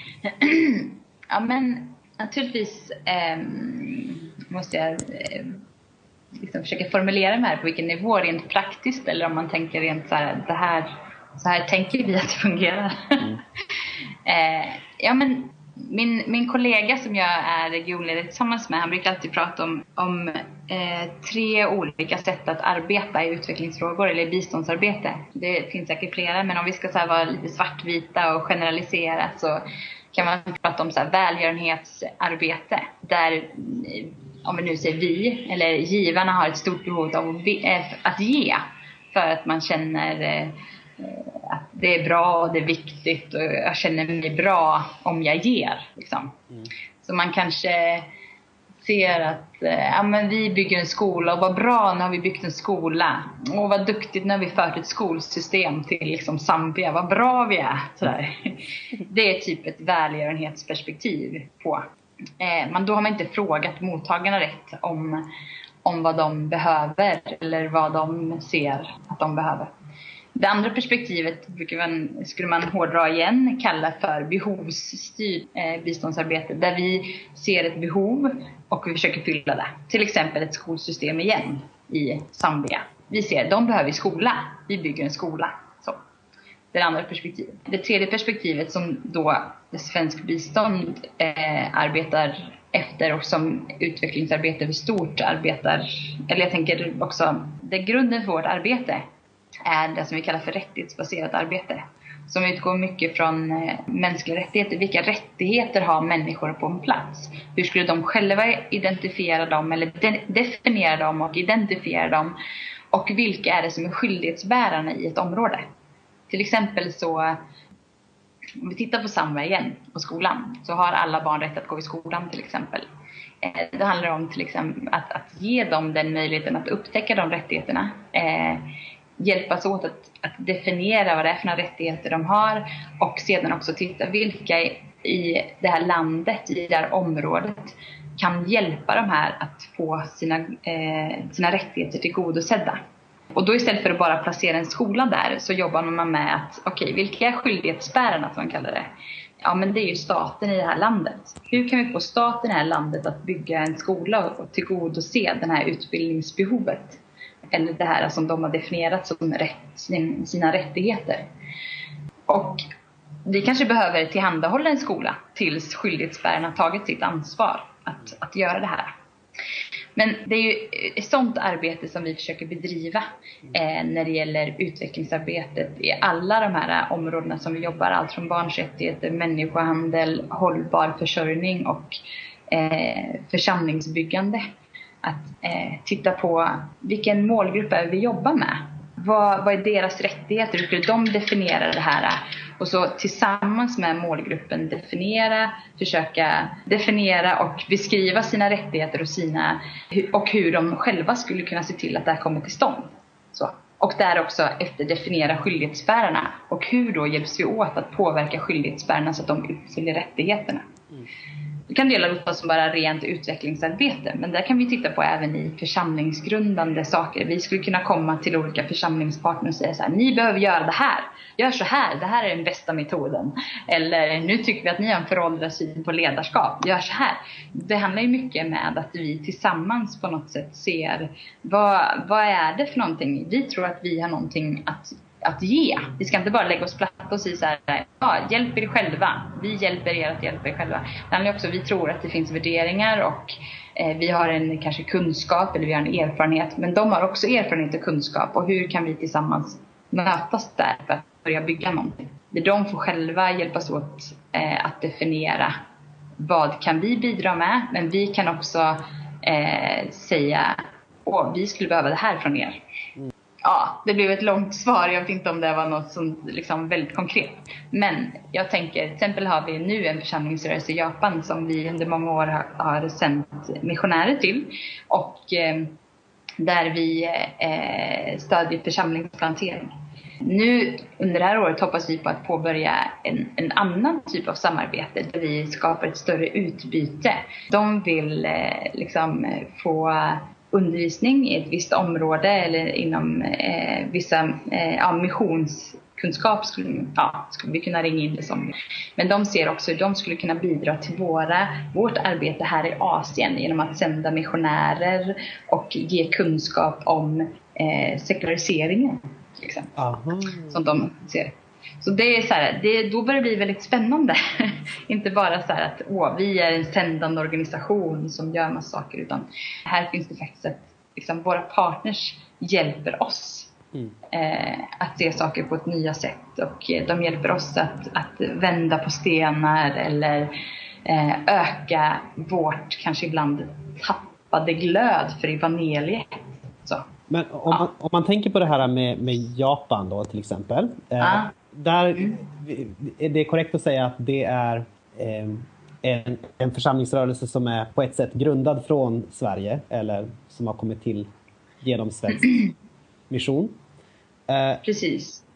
Ja, men naturligtvis eh, måste jag eh, liksom försöka formulera mig här på vilken nivå, rent praktiskt, eller om man tänker rent så här, det här, så här tänker vi att det fungerar. Mm. eh, ja, men Min, min kollega som jag är regionledare tillsammans med, han brukar alltid prata om, om eh, tre olika sätt att arbeta i utvecklingsfrågor eller i biståndsarbete. Det finns säkert flera, men om vi ska så här, vara lite svartvita och generalisera så kan man prata om så här, välgörenhetsarbete. Där, om vi nu säger vi, eller givarna har ett stort behov av att ge för att man känner eh, att det är bra och det är viktigt och jag känner mig bra om jag ger liksom. Mm. Så man kanske ser att ja, men vi bygger en skola och vad bra, när vi byggt en skola och vad duktigt när vi fört ett skolsystem till liksom Zambia, vad bra vi är sådär. Det är typ ett välgörenhetsperspektiv på eh, men då har man inte frågat mottagarna rätt om, om vad de behöver eller vad de ser att de behöver. Det andra perspektivet brukar man, skulle man hårdra igen, kalla för behovsstyrt eh, biståndsarbete. Där vi ser ett behov och vi försöker fylla det. Till exempel ett skolsystem igen i Zambia. vi ser, de behöver skola. Vi bygger en skola. Så. Det andra perspektivet. Det tredje perspektivet som då svensk bistånd eh, arbetar efter och som utvecklingsarbete vid stort arbetar, eller jag tänker också, det grunden för vårt arbete är det som vi kallar för rättighetsbaserat arbete. Som utgår mycket från eh, mänskliga rättigheter. Vilka rättigheter har människor på en plats? Hur skulle de själva identifiera dem eller de- definiera dem och identifiera dem? Och vilka är det som är skyldighetsbärarna i ett område? Till exempel så, om vi tittar på samverkan och skolan, så har alla barn rätt att gå i skolan till exempel. Eh, det handlar om till exempel att, att ge dem den möjligheten att upptäcka de rättigheterna. Eh, hjälpas åt att, att definiera vad det är för några rättigheter de har. Och sedan också titta vilka i det här landet, i det här området kan hjälpa de här att få sina, eh, sina rättigheter tillgodosedda. Och då istället för att bara placera en skola där så jobbar man med att, okej, okay, vilka är skyldighetsbärarna som man kallar det? Ja, men det är ju staten i det här landet. Hur kan vi få staten i det här landet att bygga en skola och tillgodose den här utbildningsbehovet? Eller det här som de har definierat som rätt, sin, sina rättigheter. Och vi kanske behöver tillhandahålla en skola tills skyldighetsbärarna tagit sitt ansvar att, att göra det här. Men det är ju ett sånt arbete som vi försöker bedriva eh, när det gäller utvecklingsarbetet i alla de här områdena som vi jobbar. Allt från barns rättigheter, människohandel, hållbar försörjning och eh, församlingsbyggande. Att eh, titta på vilken målgrupp är vi jobbar med. Vad, vad är deras rättigheter? Hur skulle de definiera det här? Och så tillsammans med målgruppen definiera, försöka definiera och beskriva sina rättigheter och, sina, och hur de själva skulle kunna se till att det här kommer till stånd. Så. Och där också efter definiera skyldighetsbärarna. Och hur då hjälps vi åt att påverka skyldighetsbärarna så att de uppfyller rättigheterna. Mm. Det kan dela upp som bara rent utvecklingsarbete. Men där kan vi titta på även i församlingsgrundande saker. Vi skulle kunna komma till olika församlingspartner och säga så här: ni behöver göra det här. Gör så här. Det här är den bästa metoden. Eller nu tycker vi att ni har en föråldrad syn på ledarskap. Gör så här. Det handlar ju mycket med att vi tillsammans på något sätt ser vad, vad är det för någonting. Vi tror att vi har någonting att att ge. Vi ska inte bara lägga oss platt och säga så här: ja, hjälp er själva. Vi hjälper er att hjälpa er själva. Det handlar också, vi tror att det finns värderingar och eh, vi har en kanske kunskap eller vi har en erfarenhet. Men de har också erfarenhet och kunskap. Och hur kan vi tillsammans mötas där för att börja bygga någonting? De får själva hjälpas åt eh, att definiera vad kan vi bidra med. Men vi kan också eh, säga: åh, vi skulle behöva det här från er. Ja, det blev ett långt svar. Jag vet inte om det var något som liksom väldigt konkret. Men jag tänker, till exempel har vi nu en församlingsrörelse i Japan som vi under många år har, har sänt missionärer till. Och eh, där vi eh, stödjer församlingsplantering. Nu under det här året hoppas vi på att påbörja en, en annan typ av samarbete där vi skapar ett större utbyte. De vill eh, liksom få undervisning i ett visst område eller inom eh, vissa eh, ja, missionskunskap skulle, ja, skulle vi kunna ringa in det som. Men de ser också hur de skulle kunna bidra till våra, vårt arbete här i Asien genom att sända missionärer och ge kunskap om eh, sekulariseringen till exempel. Aha. Som de ser. Så det är så här, det, då börjar det bli väldigt spännande. Inte bara så här att åh, vi är en sändande organisation som gör massa saker. Utan här finns det faktiskt att liksom, våra partners hjälper oss mm. eh, att se saker på ett nya sätt. Och eh, de hjälper oss att, att vända på stenar eller eh, öka vårt kanske ibland tappade glöd för evangeliet. Så. Men om, ja. man, om man tänker på det här med, med Japan då till exempel. Eh, ja. Där är det korrekt att säga att det är eh, en, en församlingsrörelse som är på ett sätt grundad från Sverige eller som har kommit till genom svensk mission. Eh, Precis.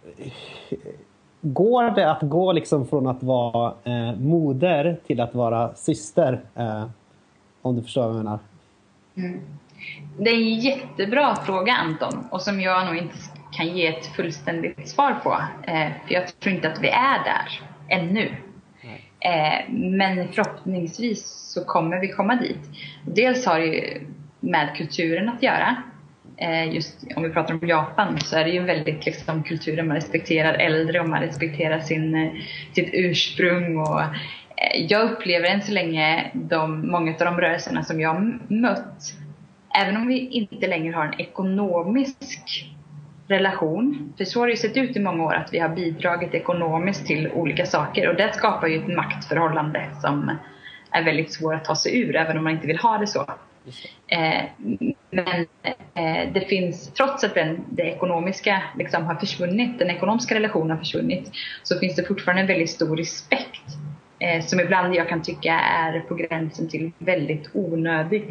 Går det att gå liksom från att vara eh, moder till att vara syster? Eh, om du förstår vad jag menar. Mm. Det är en jättebra fråga, Anton, och som jag nog inte kan ge ett fullständigt svar på. Eh, för jag tror inte att vi är där ännu. Eh, men förhoppningsvis så kommer vi komma dit. Dels har det ju med kulturen att göra. eh, just om vi pratar om Japan, så är det ju väldigt liksom kulturen, man respekterar äldre och man respekterar sin, eh, sitt ursprung. Och eh, jag upplever än så länge de, många av de rörelserna som jag har mött, även om vi inte längre har en ekonomisk relation, för så har det ju sett ut i många år att vi har bidragit ekonomiskt till olika saker, och det skapar ju ett maktförhållande som är väldigt svårt att ta sig ur, även om man inte vill ha det så. Eh, men eh, det finns, trots att den, det ekonomiska liksom har försvunnit, den ekonomiska relationen har försvunnit, så finns det fortfarande en väldigt stor respekt eh, som ibland jag kan tycka är på gränsen till väldigt onödig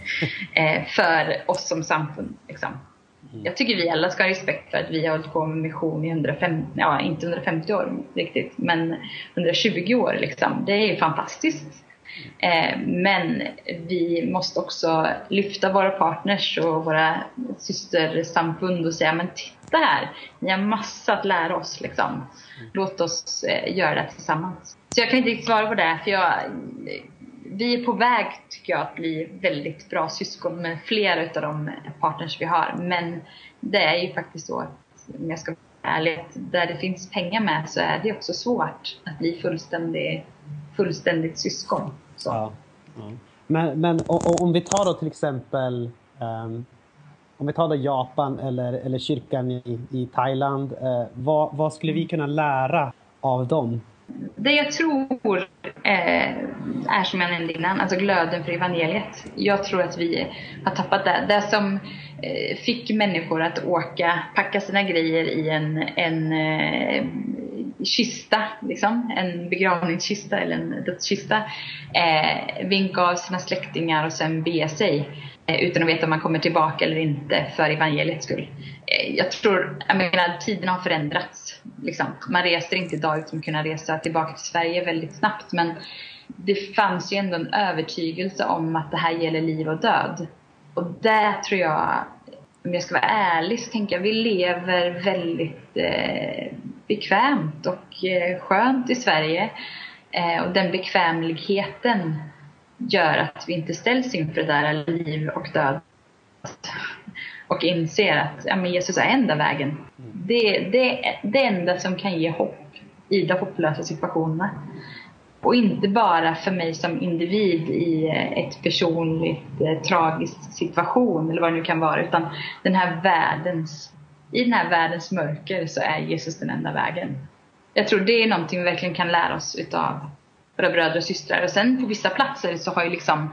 eh, för oss som samfund liksom. Jag tycker vi alla ska ha respekt för att vi har hållit på med mission i hundrafemtio, ja inte hundrafemtio år riktigt, men hundratjugo år liksom. Det är ju fantastiskt. Eh, men vi måste också lyfta våra partners och våra systersamfund och säga, men titta här, ni har massa att lära oss liksom. Låt oss eh, göra det tillsammans. Så jag kan inte riktigt svara på det, för jag, vi är på väg tycker jag att bli väldigt bra syskon med flera av de partners vi har. Men det är ju faktiskt så att, om jag ska vara ärlig, där det finns pengar med så är det också svårt att bli fullständigt, fullständigt syskon. Så. Ja, ja. Men, men och, och om vi tar då till exempel um, om vi tar då Japan eller, eller kyrkan i, i Thailand, uh, vad, vad skulle vi kunna lära av dem? Det jag tror eh, är som jag nämnde innan, alltså glöden för evangeliet. Jag tror att vi har tappat det. Det som eh, fick människor att åka, packa sina grejer i en, en eh, kista, liksom, en begravningskista eller en dödskista, eh, vinka av sina släktingar och sen be sig eh, utan att veta om man kommer tillbaka eller inte för evangeliets skull. Eh, jag tror, jag menar, tiden har förändrats. Liksom. Man reser inte idag utan att kunna resa tillbaka till Sverige väldigt snabbt, men det fanns ju ändå en övertygelse om att det här gäller liv och död. Och där tror jag, om jag ska vara ärlig, så tänker jag vi lever väldigt eh, bekvämt och eh, skönt i Sverige. Eh, och den bekvämligheten gör att vi inte ställs inför det där liv och död. Och inser att ja, men Jesus är enda vägen. Det är det, det enda som kan ge hopp i de hopplösa situationerna. Och inte bara för mig som individ i ett personligt eh, tragiskt situation eller vad det nu kan vara, utan den här världens, i den här världens mörker så är Jesus den enda vägen. Jag tror det är någonting vi verkligen kan lära oss utav våra bröder och systrar. Och sen på vissa platser så har ju liksom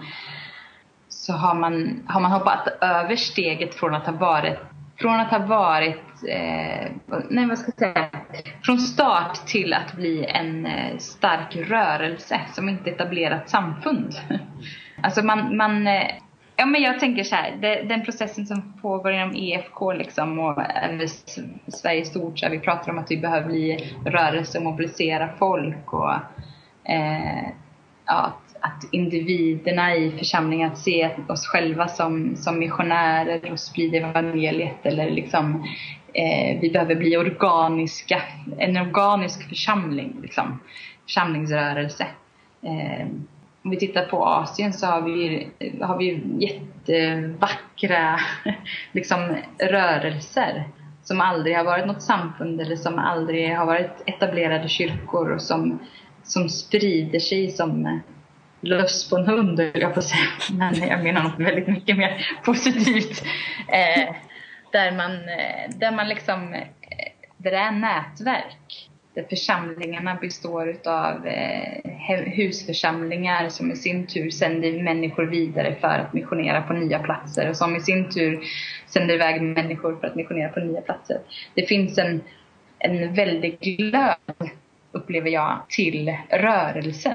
så har man, har man hoppat över steget från att ha varit från att ha varit eh, nej vad ska jag säga från start till att bli en eh, stark rörelse som inte etablerat samfund. Alltså man, man eh, ja men jag tänker så här, det, den processen som pågår inom E F K liksom, och även Sverige stort, så här, vi pratar om att vi behöver bli rörelse och mobilisera folk och eh, ja, att individerna i församlingen att se oss själva som, som missionärer och sprida evangeliet, eller liksom eh, vi behöver bli organiska, en organisk församling liksom, församlingsrörelse. Eh, om vi tittar på Asien så har vi, har vi jättevackra liksom, rörelser som aldrig har varit något samfund eller som aldrig har varit etablerade kyrkor och som, som sprider sig som löss på en hund, jag får säga. Men jag menar något väldigt mycket mer positivt. Eh, där man, där man liksom, där det är nätverk. Där församlingarna består av eh, husförsamlingar som i sin tur sänder människor vidare för att missionera på nya platser. Och som i sin tur sänder iväg människor för att missionera på nya platser. Det finns en, en väldig glöd, upplever jag, till rörelsen.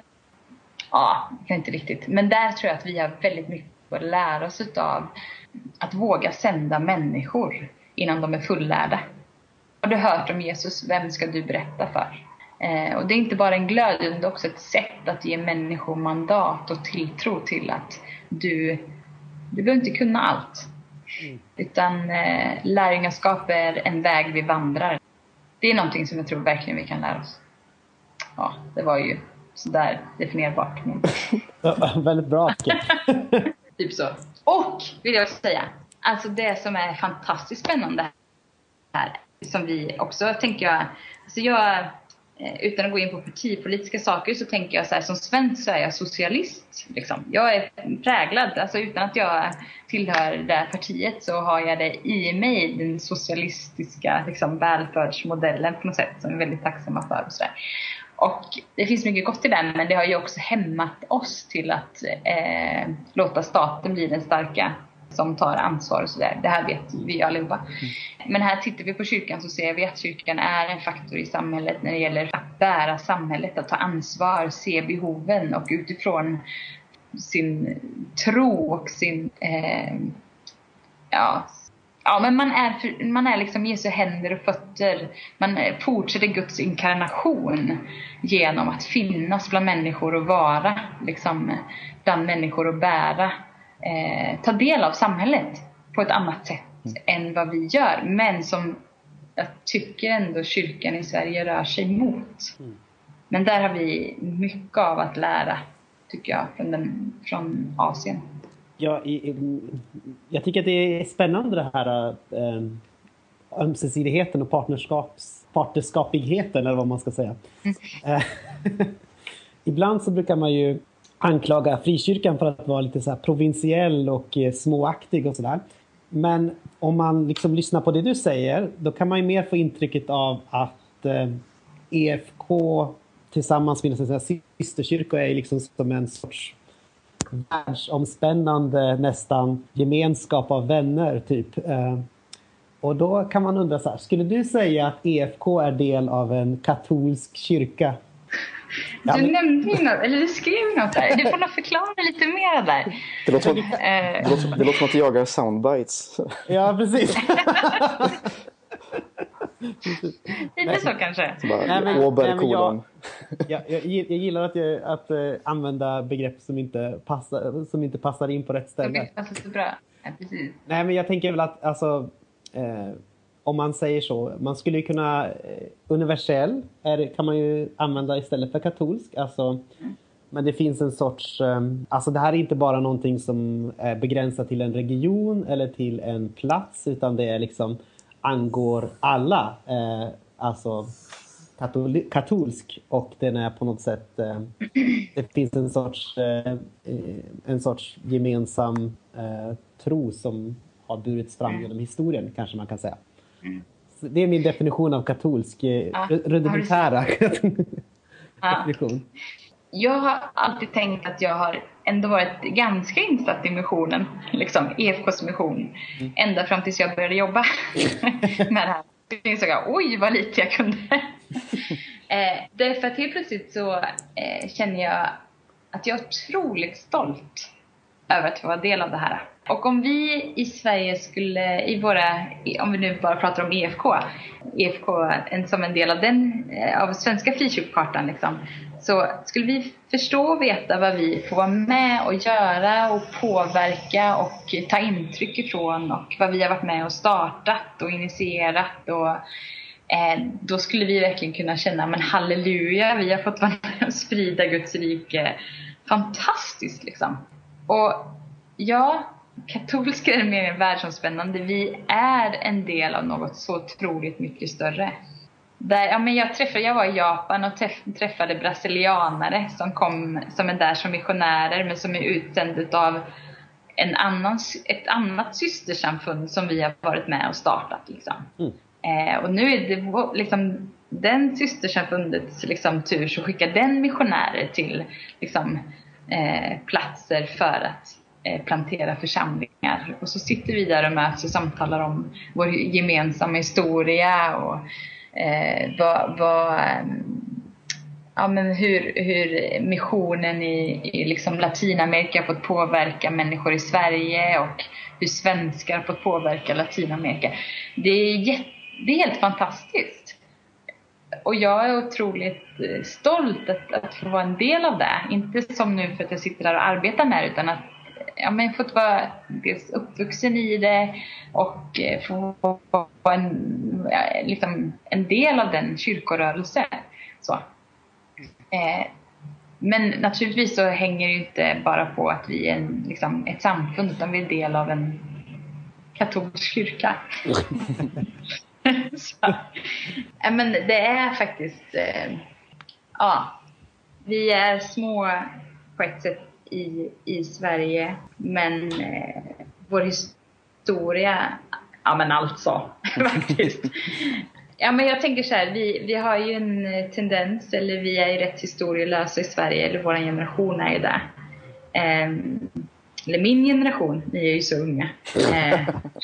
Ja, inte riktigt. Men där tror jag att vi har väldigt mycket att lära oss av att våga sända människor innan de är fullärda. Har du hört om Jesus? Vem ska du berätta för? Eh, och det är inte bara en glöd, det är också ett sätt att ge människor mandat och tilltro till att du, du behöver inte kunna allt. Mm. Utan eh, lärjungaskap är en väg vi vandrar. Det är någonting som jag tror verkligen vi kan lära oss. Ja, det var ju sådär definierbart. Ja, väldigt bra. Typ så. Och vill jag säga alltså det som är fantastiskt spännande här, som vi också tänker jag, alltså jag utan att gå in på partipolitiska saker så tänker jag så här, som svensk så är jag socialist liksom. Jag är präglad, alltså utan att jag tillhör det här partiet så har jag det i mig, den socialistiska liksom, välfärdsmodellen på något sätt som jag är väldigt tacksamma för och så där. Och det finns mycket gott i den, men det har ju också hämmat oss till att eh, låta staten bli den starka som tar ansvar och sådär. Det här vet vi allihopa. Mm. Men här tittar vi på kyrkan så ser vi att kyrkan är en faktor i samhället när det gäller att bära samhället, att ta ansvar, se behoven och utifrån sin tro och sin eh, ja, ja men man är, man är liksom Jesu händer och fötter. Man fortsätter Guds inkarnation genom att finnas bland människor och vara liksom bland människor och bära Eh, ta del av samhället på ett annat sätt mm. än vad vi gör, men som jag tycker ändå kyrkan i Sverige rör sig mot. Mm. Men där har vi mycket av att lära, tycker jag, från, den, från Asien. Ja, i, i, jag tycker att det är spännande det här äh, ömsesidigheten och partnerskaps, partnerskapigheten eller vad man ska säga. Mm. Ibland så brukar man ju anklaga frikyrkan för att vara lite så här provinsiell och eh, småaktig och sådär. Men om man liksom lyssnar på det du säger, då kan man ju mer få intrycket av att eh, E F K tillsammans med en systerkyrka är liksom som en sorts världsomspännande nästan gemenskap av vänner typ. Eh, och då kan man undra så här, skulle du säga att E F K är del av en katolsk kyrka? Du men... nämnde ju något, eller du skrev något där. Du får nog förklara lite mer där. Det låter som, det låter, det låter som att du jagar soundbites. Ja, precis. Lite så kanske. Så bara, nej, men, nej, men jag, jag, jag, jag gillar att, jag, att uh, använda begrepp som inte, passar, som inte passar in på rätt ställe. Det passar så bra. Ja, precis. Nej, men jag tänker väl att alltså, eh, om man säger så, man skulle ju kunna eh, universell är, kan man ju använda istället för katolsk, alltså, mm. men det finns en sorts, eh, alltså det här är inte bara någonting som är begränsat till en region eller till en plats, utan det är liksom angår alla, eh, alltså katol- katolsk, och den är på något sätt, eh, det finns en sorts eh, en sorts gemensam eh, tro som har burits fram genom historien, kanske man kan säga. Mm. Det är min definition av katolsk, ja, rudimentära definition. Ja. Jag har alltid tänkt att jag har ändå varit ganska insatt i missionen, liksom E F K:s mission, mm. ända fram tills jag började jobba med det här. Det insåg jag, oj vad lite jag kunde. eh, därför att helt plötsligt så eh, känner jag att jag är otroligt stolt över att få vara del av det här. Och om vi i Sverige skulle, i våra, om vi nu bara pratar om E F K, E F K en, som en del av den, av svenska frikyrkokartan liksom, så skulle vi förstå och veta vad vi får vara med och göra och påverka och ta intryck ifrån och vad vi har varit med och startat och initierat, och eh, då skulle vi verkligen kunna känna, men halleluja, vi har fått vara med och sprida Guds rike. Fantastiskt liksom. Och ja, katolska är mer världsomspännande. Vi är en del av något så otroligt mycket större. Där, ja, men jag, träffade, jag var i Japan och träff, träffade brasilianare som, kom, som är där som missionärer, men som är utsända av en annan, ett annat systersamfund som vi har varit med och startat. Liksom. Mm. Eh, och nu är det liksom, den systersamfundets liksom, tur så skickar den missionärer till liksom, eh, platser för att plantera församlingar, och så sitter vi där och möts och samtalar om vår gemensamma historia och eh, vad, vad, ja, men hur, hur missionen i, i liksom Latinamerika har fått påverka människor i Sverige och hur svenskar har fått påverka Latinamerika. Det är, jätt, det är helt fantastiskt. Och jag är otroligt stolt att, att få vara en del av det. Inte som nu för att jag sitter där och arbetar med det, utan att ja, men fått vara dels uppvuxen i det och få vara en, liksom en del av den kyrkorörelse. Så. Eh, men naturligtvis så hänger det inte bara på att vi är en, liksom ett samfund, utan vi är del av en, katolsk kyrka. Så, ja, men det är faktiskt eh, ja, vi är små på ett sätt i, i Sverige, men eh, vår historia, ja men alltså faktiskt. Ja, men jag tänker så här, vi, vi har ju en tendens, eller vi är ju rätt historielösa i Sverige, eller vår generation är ju det. Eh, eller min generation, ni är ju så unga. Eh,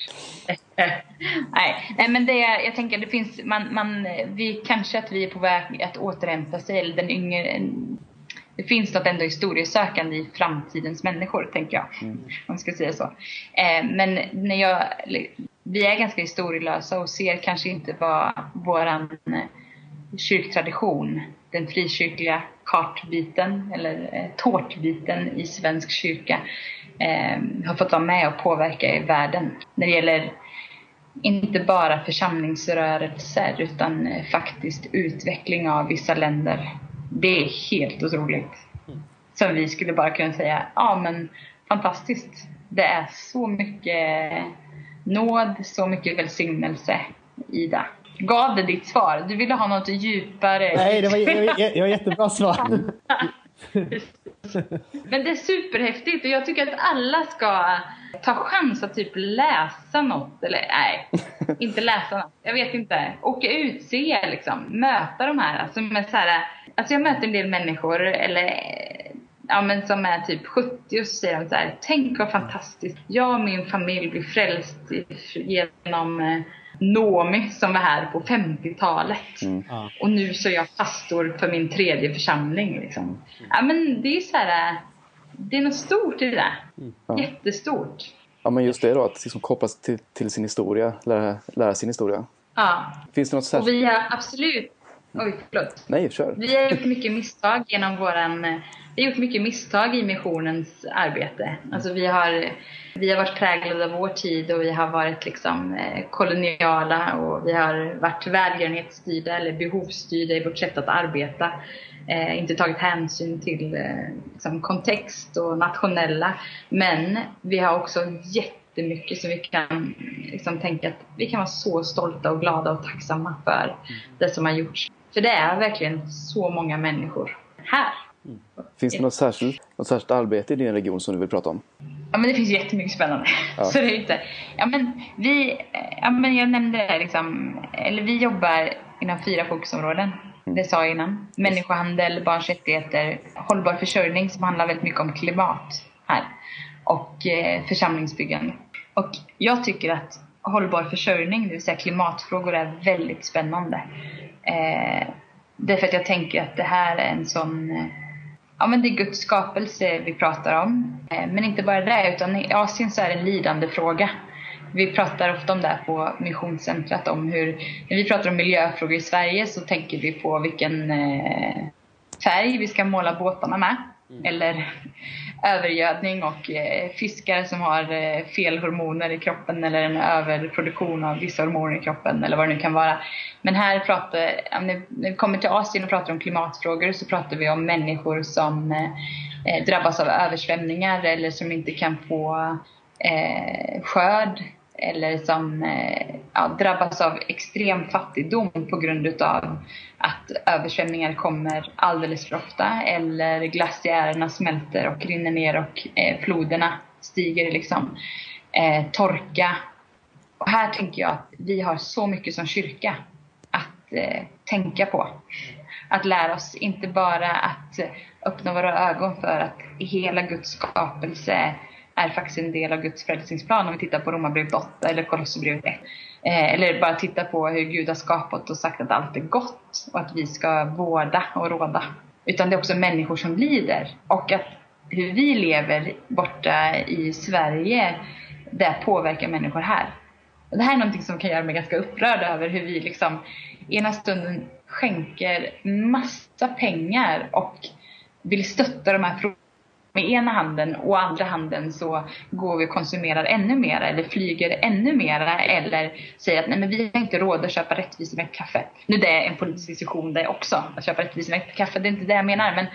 nej, nej, men det, jag tänker det finns, man, man, vi kanske att vi är på väg att återhämta sig, eller den yngre, det finns något ändå historiesökande i framtidens människor, tänker jag, mm. om man ska säga så. Eh, men när jag, vi är ganska historielösa och ser kanske inte vad våran kyrktradition, den frikyrkliga kartbiten eller eh, tårtbiten i svensk kyrka eh, har fått vara med och påverka i världen. När det gäller inte bara församlingsrörelser utan eh, faktiskt utveckling av vissa länder. Det är helt otroligt. Som vi skulle bara kunna säga, ja men fantastiskt. Det är så mycket nåd, så mycket välsignelse i det. Gav det ditt svar? Du ville ha något djupare. Nej, det var, det var jättebra svar. Men det är superhäftigt och jag tycker att alla ska ta chans att typ läsa något. Eller nej, inte läsa något. Jag vet inte. Åka ut, se liksom. Möta de här. Alltså, med så här, alltså jag möter en del människor eller, ja, men som är typ sjuttio och så säger de så här: tänk vad fantastiskt. Jag och min familj blir frälst genom Nomi som var här på femtiotalet. Mm. Och nu så är jag pastor för min tredje församling liksom. Ja, men det är så här, det är något stort i det där. Mm. Jättestort. Ja, men just det då, att liksom kopplas till, till sin historia, lära, lära sin historia. Ja. Finns det något särskilt? Och vi har absolut, oj förlåt. Nej, kör. Vi har gjort mycket misstag genom våran, vi har gjort mycket misstag i missionens arbete. Alltså vi har Vi har varit präglade av vår tid och vi har varit liksom eh, koloniala och vi har varit välgörenhetsstyrda eller behovsstyrda i vårt sätt att arbeta. Eh, inte tagit hänsyn till eh, liksom kontext och nationella. Men vi har också jättemycket som vi kan liksom tänka att vi kan vara så stolta och glada och tacksamma för det som har gjorts. För det är verkligen så många människor här. Mm. Finns det något särskilt, något särskilt arbete i din region som du vill prata om? Ja, men det finns jättemycket spännande. Ja. Så det är inte. Ja, men vi, ja, men jag nämnde det liksom, eller vi jobbar inom fyra fokusområden. Mm. Det sa jag innan. Människohandel, barns rättigheter, hållbar försörjning som handlar väldigt mycket om klimat här. Och eh, församlingsbyggande. Och jag tycker att hållbar försörjning, det vill säga klimatfrågor, är väldigt spännande. Eh, därför att jag tänker att det här är en sån... Eh, Ja, men det är Guds skapelse vi pratar om. Men inte bara det, utan i Asien så är det en lidande fråga. Vi pratar ofta om det på missionscentret, om hur, när vi pratar om miljöfrågor i Sverige så tänker vi på vilken eh, färg vi ska måla båtarna med. Mm. Eller övergödning och eh, fiskar som har eh, fel hormoner i kroppen eller en överproduktion av vissa hormoner i kroppen eller vad det nu kan vara. Men här pratar, när vi kommer till Asien och pratar om klimatfrågor så pratar vi om människor som eh, drabbas av översvämningar eller som inte kan få eh, skörd eller som eh, ja, drabbas av extrem fattigdom på grund av att översvämningar kommer alldeles för ofta eller glaciärerna smälter och rinner ner och eh, floderna stiger liksom, eh, torka. Och här tänker jag att vi har så mycket som kyrka att eh, tänka på. Att lära oss inte bara att öppna våra ögon för att hela Guds skapelse är faktiskt en del av Guds frälsningsplan om vi tittar på Romarbrevet åtta eller Kolosserbrevet ett. Eh, eller bara titta på hur Gud har skapat och sagt att allt är gott och att vi ska vårda och råda. Utan det är också människor som lider. Och att hur vi lever borta i Sverige, det påverkar människor här. Och det här är någonting som kan göra mig ganska upprörd över hur vi liksom ena stunden skänker massa pengar och vill stötta de här frågorna med ena handen och andra handen så går vi och konsumerar ännu mer eller flyger ännu mer eller säger att nej, men vi har inte råd att köpa rättvis med kaffe. Nu det är en politisk diskussion det också, att köpa rättvis med kaffe, det är inte det jag menar, men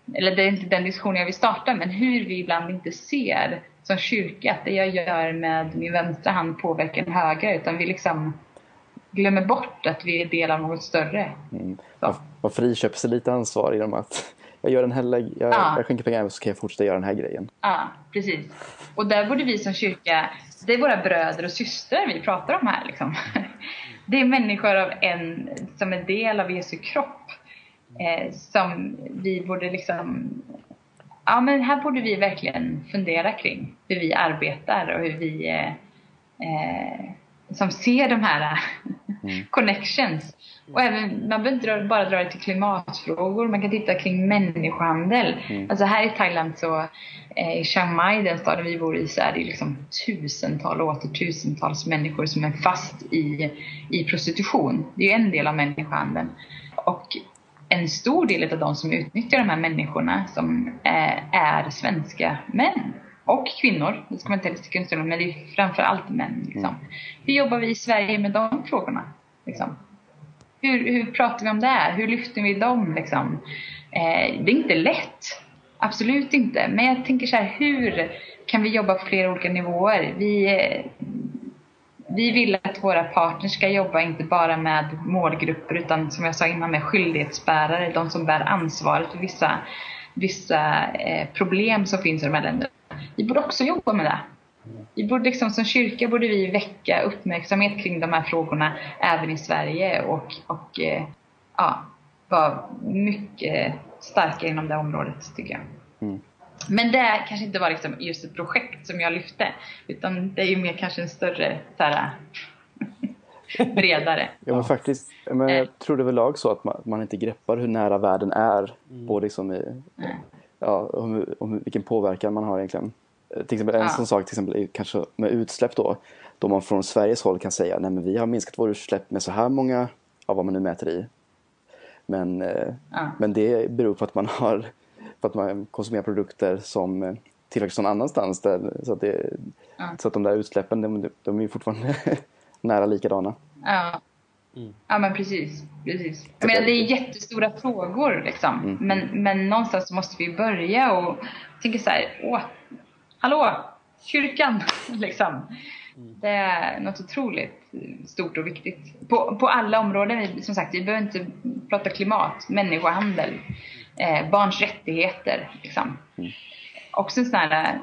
eller det är inte den diskussionen jag vill starta, men hur vi ibland inte ser som kyrka att det jag gör med min vänstra hand påverkar den högra, utan vi liksom glömmer bort att vi är del av något större. Mm. Man, man friköper sig lite ansvar genom att jag gör den här, jag, ja. jag skänker pengar så kan jag fortsätta göra den här grejen. Ja, precis. Och där borde vi som kyrka, det är våra bröder och systrar vi pratar om här liksom. Det är människor av en, som är del av Jesu kropp, eh, som vi borde liksom, ja men här borde vi verkligen fundera kring hur vi arbetar och hur vi eh, eh, som ser de här mm. connections. Och även, man behöver inte bara dra det till klimatfrågor, man kan titta kring människohandel. Mm. Alltså här i Thailand så, eh, i Chiang Mai, den staden vi bor i, så är det liksom tusentals och åter tusentals människor som är fast i, i prostitution. Det är ju en del av människohandeln. Och en stor del av de som utnyttjar de här människorna som eh, är svenska män. Och kvinnor, det ska man inte sticka under, men det är framför allt män. Liksom. Mm. Hur jobbar vi i Sverige med de frågorna? Liksom? Hur, hur pratar vi om det här? Hur lyfter vi dem? Liksom? Eh, det är inte lätt. Absolut inte. Men jag tänker så här, hur kan vi jobba på flera olika nivåer? Vi, eh, vi vill att våra partners ska jobba inte bara med målgrupper, utan som jag sa innan med skyldighetsbärare. De som bär ansvaret för vissa, vissa eh, problem som finns i de här länderna. Vi borde också jobba med det. Vi borde liksom, som kyrka borde vi väcka uppmärksamhet kring de här frågorna även i Sverige och, och eh, ja, vara mycket starka inom det området, tycker jag. Mm. Men det kanske inte var liksom just ett projekt som jag lyfte, utan det är ju mer kanske en större så här, bredare. Ja, men faktiskt, men jag tror det väl lag så att man, man inte greppar hur nära världen är, mm. både liksom i, mm. ja, om, om vilken påverkan man har egentligen. Till exempel en ja. sån sak till exempel, kanske med utsläpp då, då man från Sveriges håll kan säga nej men vi har minskat våra utsläpp med så här många av vad man nu mäter i. Men, ja. men det beror på att man har på att man konsumerar produkter som tillverkas någon annanstans där, så, att det, ja. så att de där utsläppen de, de är ju fortfarande nära likadana. Ja. Mm. Ja men precis, precis. Jag menar, det är jättestora frågor liksom. Mm. Men, men någonstans måste vi börja och tänka så här, åh, hallå, kyrkan liksom. Mm. Det är något otroligt stort och viktigt. På, på alla områden, som sagt, vi behöver inte prata klimat, människohandel, eh, barns rättigheter liksom. Mm. Också sådana här,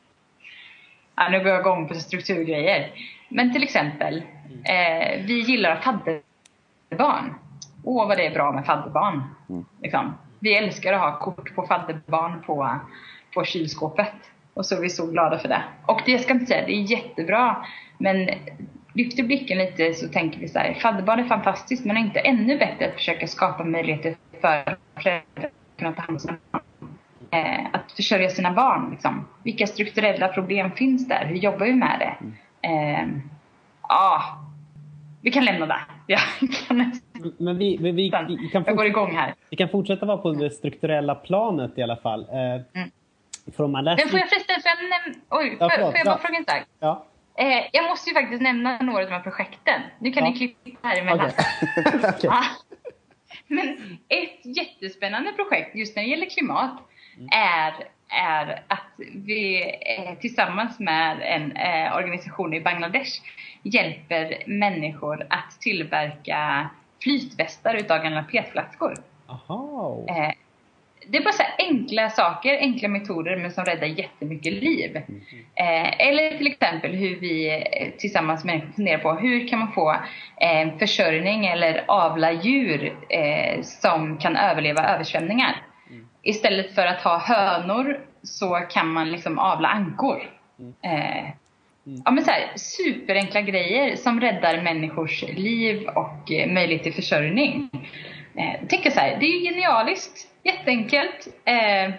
ja, nu går jag igång på strukturgrejer. Men till exempel, eh, vi gillar att fadderbarn. Åh, vad det är bra med fadderbarn. Mm. Liksom. Vi älskar att ha kort på fadderbarn på, på kylskåpet. Och så är vi så glada för det. Och det ska inte säga, det är jättebra. Men lyfter blicken lite så tänker vi så här, fadderbarn är fantastiskt, men är inte ännu bättre att försöka skapa möjligheter för föräldrar att kunna ta hand om sina barn. Eh, att försörja sina barn. Liksom. Vilka strukturella problem finns där? Hur jobbar vi med det? Eh, ja, vi kan lämna det. Ja, kan men vi, vi, vi, vi kan jag går igång här. Vi kan fortsätta vara på det strukturella planet i alla fall. Eh, mm. För man läser... Men får jag förresten, får jag, näm- Oj, ja, får, får jag bara ja. fråga en sak? Ja. Eh, jag måste ju faktiskt nämna några av de här projekten. Nu kan ja. ni klippa här emellan. Okay. Okay. Ja. Men ett jättespännande projekt just när det gäller klimat mm. är, är att vi eh, tillsammans med en eh, organisation i Bangladesh hjälper människor att tillverka flytvästar utav gamla petflaskor. Aha. Eh, det är bara så här enkla saker, enkla metoder, men som räddar jättemycket liv. Mm. Eh, eller till exempel hur vi tillsammans med människor funderar på hur kan man få eh, försörjning eller avla djur eh, som kan överleva översvämningar. Mm. Istället för att ha hönor så kan man liksom avla ankor. Mm. Eh, Mm. Ja, men så här, superenkla grejer som räddar människors liv och eh, möjlighet till försörjning. Eh, jag tänker så här, det är ju genialiskt, jätteenkelt, eh,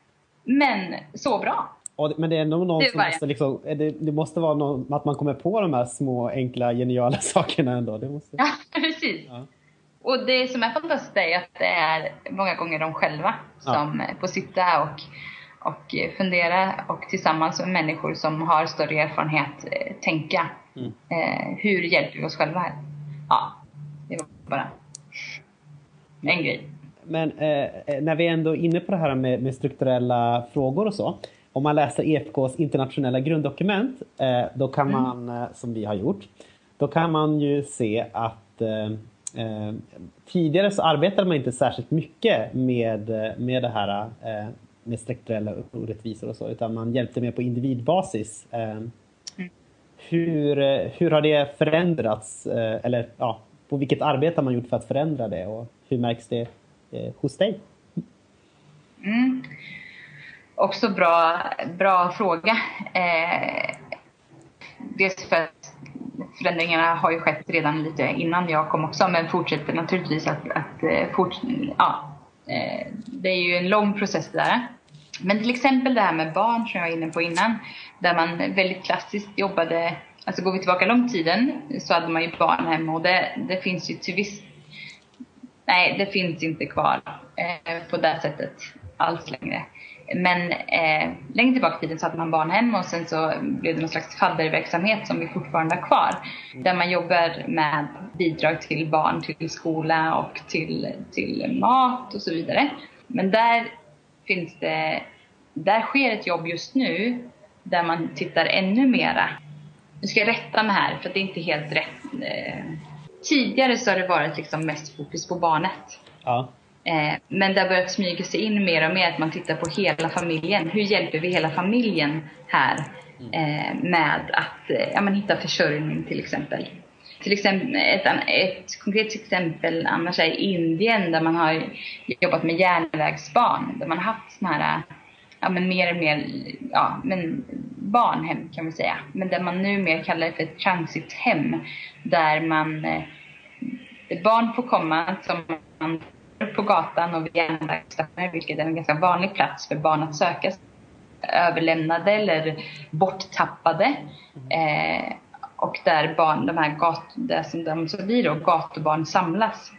men så bra. Och, men det är nog någon det som måste liksom, det, det måste vara någon, att man kommer på de här små, enkla, geniala sakerna ändå. Det måste... Ja, precis. Ja. Och det som är fantastiskt är att det är många gånger de själva som ja. får sitta och och fundera och tillsammans med människor som har större erfarenhet eh, tänka mm. eh, hur hjälper vi oss själva här. Ja, det var bara en grej. Men eh, när vi ändå är inne på det här med, med strukturella frågor och så. Om man läser E F K:s internationella grunddokument, eh, då kan Mm. man, eh, som vi har gjort, då kan man ju se att eh, eh, tidigare så arbetade man inte särskilt mycket med, med det här eh, med strukturella orättvisor och så, utan man hjälpte mer på individbasis. Eh, Mm. hur, hur har det förändrats, eh, eller ja, på vilket arbete har man gjort för att förändra det och hur märks det eh, hos dig? Mm. Också bra, bra fråga. Eh, dels för att förändringarna har ju skett redan lite innan jag kom också, men fortsätter naturligtvis att, att fort, ja, eh, det är ju en lång process där. Men till exempel det här med barn som jag var inne på innan, där man väldigt klassiskt jobbade, alltså går vi tillbaka lång tiden så hade man ju barnhem, och det, det finns ju till viss, nej det finns inte kvar eh, på det sättet alls längre. Men eh, längre tillbaka i tiden så hade man barnhem, och sen så blev det någon slags fadderverksamhet som vi fortfarande har kvar. Där man jobbar med bidrag till barn, till skola och till, till mat och så vidare. Men där finns det, där sker ett jobb just nu där man tittar ännu mera. Nu ska jag rätta mig här för det är inte helt rätt. Eh, tidigare så har det varit liksom mest fokus på barnet. Ja. Men det har börjat smyga sig in mer och mer att man tittar på hela familjen. Hur hjälper vi hela familjen här med att ja, man hitta försörjning till exempel. Till exempel ett, ett konkret exempel annars är Indien, där man har jobbat med järnvägsbarn. Där man har haft såna här ja, men mer och mer ja, men barnhem kan vi säga. Men där man nu mer kallar det för ett transithem. Där man barn får komma som man på gatan och vid järnvägsstationer, vilket är en ganska vanlig plats för barn att söka, överlämnade eller borttappade. Eh, och där barn, de här gat, där som de så blir då, gatubarn samlas.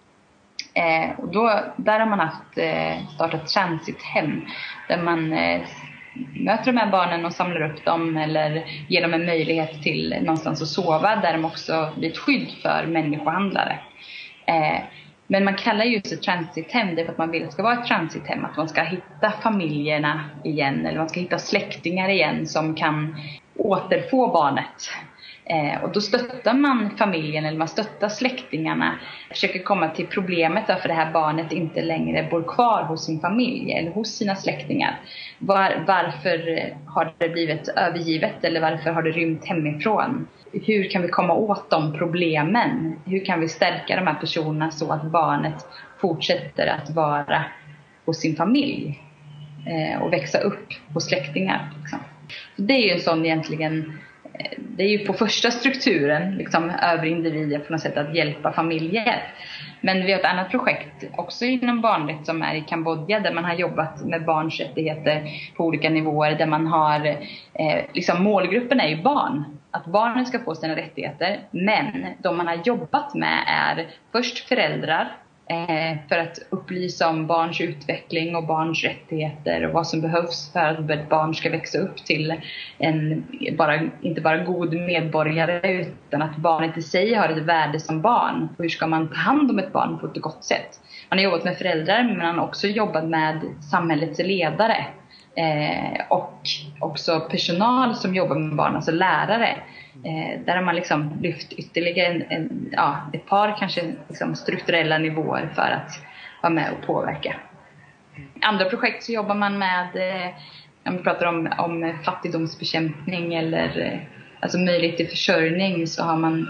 Eh, och då, där har man haft eh, startat transithem där man eh, möter de här barnen och samlar upp dem eller ger dem en möjlighet till någonstans att sova, där de också blir ett skydd för människohandlare. Eh, Men man kallar just ett transithem det för att man vill att det ska vara ett transithem. Att man ska hitta familjerna igen. Eller man ska hitta släktingar igen som kan återfå barnet. Eh, och då stöttar man familjen eller man stöttar släktingarna. Försöker komma till problemet varför det här barnet inte längre bor kvar hos sin familj eller hos sina släktingar. Var, varför har det blivit övergivet eller varför har det rymt hemifrån? Hur kan vi komma åt de problemen? Hur kan vi stärka de här personerna så att barnet fortsätter att vara hos sin familj eh, och växa upp hos släktingar? Liksom. Det är ju en sån egentligen, det är ju på första strukturen liksom, över individer på något sätt att hjälpa familjer. Men vi har ett annat projekt också inom barnrätt som är i Kambodja där man har jobbat med barns rättigheter på olika nivåer. Där man har, eh, liksom målgruppen är ju barn. Att barnen ska få sina rättigheter. Men de man har jobbat med är först föräldrar. Eh, för att upplysa om barns utveckling och barns rättigheter. Och vad som behövs för att ett barn ska växa upp till en, bara, inte bara god medborgare. Utan att barnet i sig har ett värde som barn. Och hur ska man ta hand om ett barn på ett gott sätt? Man har jobbat med föräldrar men man har också jobbat med samhällets ledare. Eh, och också personal som jobbar med barn, alltså lärare. Eh, där har man liksom lyft ytterligare en, en, ja, ett par kanske liksom strukturella nivåer för att vara med och påverka. Andra projekt så jobbar man med, eh, om vi pratar om, om fattigdomsbekämpning eller eh, alltså möjlighet till försörjning, så har man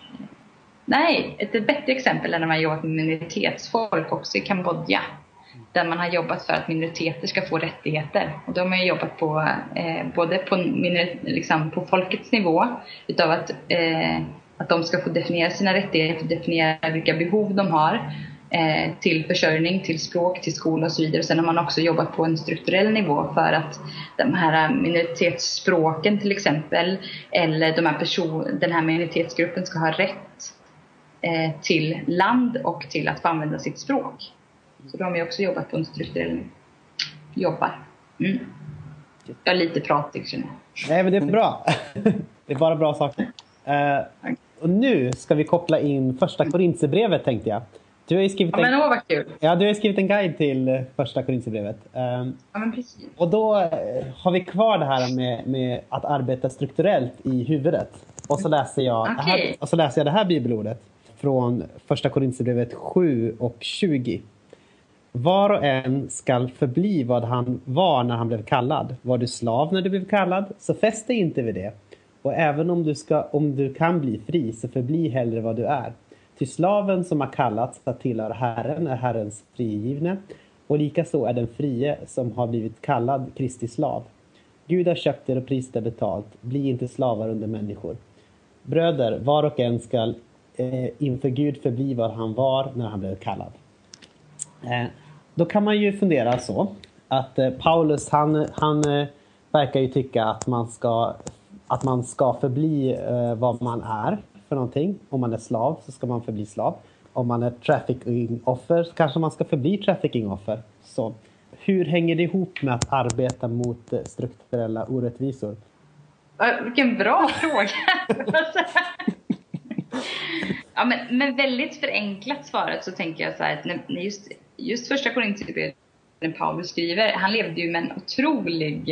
nej, ett bättre exempel är när man har jobbat med minoritetsfolk också i Kambodja. Där man har jobbat för att minoriteter ska få rättigheter. Och då har man jobbat på, eh, både på, liksom, på folkets nivå. Utav att, eh, att de ska få definiera sina rättigheter. Definiera vilka behov de har. Eh, till försörjning, till språk, till skola och så vidare. Och sen har man också jobbat på en strukturell nivå. För att de här minoritetsspråken till exempel. Eller de här person, den här minoritetsgruppen ska ha rätt eh, till land och till att få använda sitt språk. Så då har vi också jobbat på en strukturell jobbar. Mm. Jag är lite pratig. Nej, men det är bra. Det är bara bra saker. Uh, och nu ska vi koppla in första Korinthierbrevet tänkte jag. Du har ju skrivit Ja, en, men åh vad kul. ja, du har ju skrivit en guide till eh, första Korinthierbrevet. Um, Ja, men precis. och då eh, har vi kvar det här med, med att arbeta strukturellt i huvudet. Och så läser jag, det här, Okej. och så läser jag det här bibelordet från första Korinthierbrevet sju och tjugo. Var och en skall förbli vad han var när han blev kallad. Var du slav när du blev kallad, så fäst dig inte vid det. Och även om du, ska, om du kan bli fri, så förbli hellre vad du är. Till slaven som har kallats att tillhöra Herren är Herrens frigivne. Och likaså är den frie som har blivit kallad Kristi slav. Gud har köpt er och priset är betalt. Bli inte slavar under människor. Bröder, var och en skall eh, inför Gud förbli vad han var när han blev kallad. Eh, då kan man ju fundera så. Att eh, Paulus han, han eh, verkar ju tycka att man ska, att man ska förbli eh, vad man är för någonting. Om man är slav så ska man förbli slav. Om man är trafficking-offer så kanske man ska förbli trafficking-offer. Så hur hänger det ihop med att arbeta mot eh, strukturella orättvisor? Ja, vilken bra fråga. Ja, men, men väldigt förenklat svaret så tänker jag så här att när, när just, just första Korinthierbrevet när Paulus skriver, han levde ju med en otrolig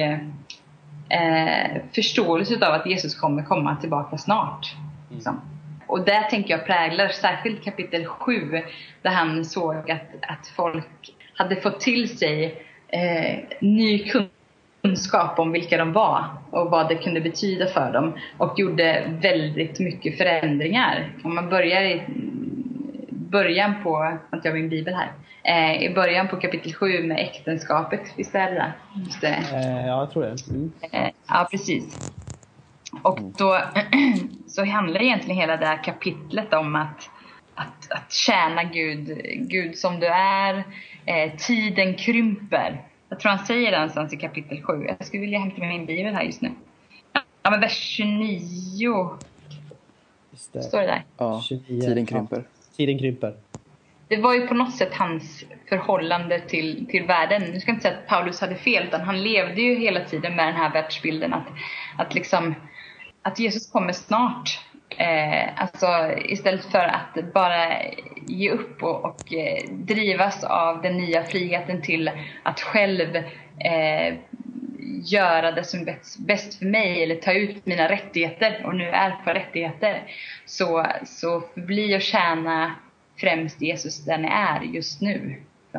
eh, förståelse av att Jesus kommer komma tillbaka snart. Liksom. Och där tänker jag präglar särskilt kapitel sju där han såg att, att folk hade fått till sig eh, ny kunskap om vilka de var och vad det kunde betyda för dem och gjorde väldigt mycket förändringar. Om man börjar i början på, att jag har min bibel här, eh, i början på kapitel sju med äktenskapet, visst är det där? Just det. Eh, ja, jag tror det. Mm. Eh, ja, precis. Och då så handlar egentligen hela det här kapitlet om att, att, att tjäna Gud, Gud som du är. Eh, tiden krymper. Jag tror han säger det någonstans i kapitel sju. Jag skulle vilja hämta med min bibel här just nu. Ja, men vers tjugonio. Just det. Står det där. Ja, tjugonio, tiden krymper. Ja, tiden krymper. Det var ju på något sätt hans förhållande till, till världen. Nu ska jag inte säga att Paulus hade fel, utan han levde ju hela tiden med den här världsbilden. Att, att, liksom, att Jesus kommer snart. Eh, alltså istället för att bara ge upp och, och eh, drivas av den nya friheten till att själv eh, göra det som är bäst, bäst för mig eller ta ut mina rättigheter och nu är på rättigheter, så, så blir och tjäna främst Jesus den är just nu. Så.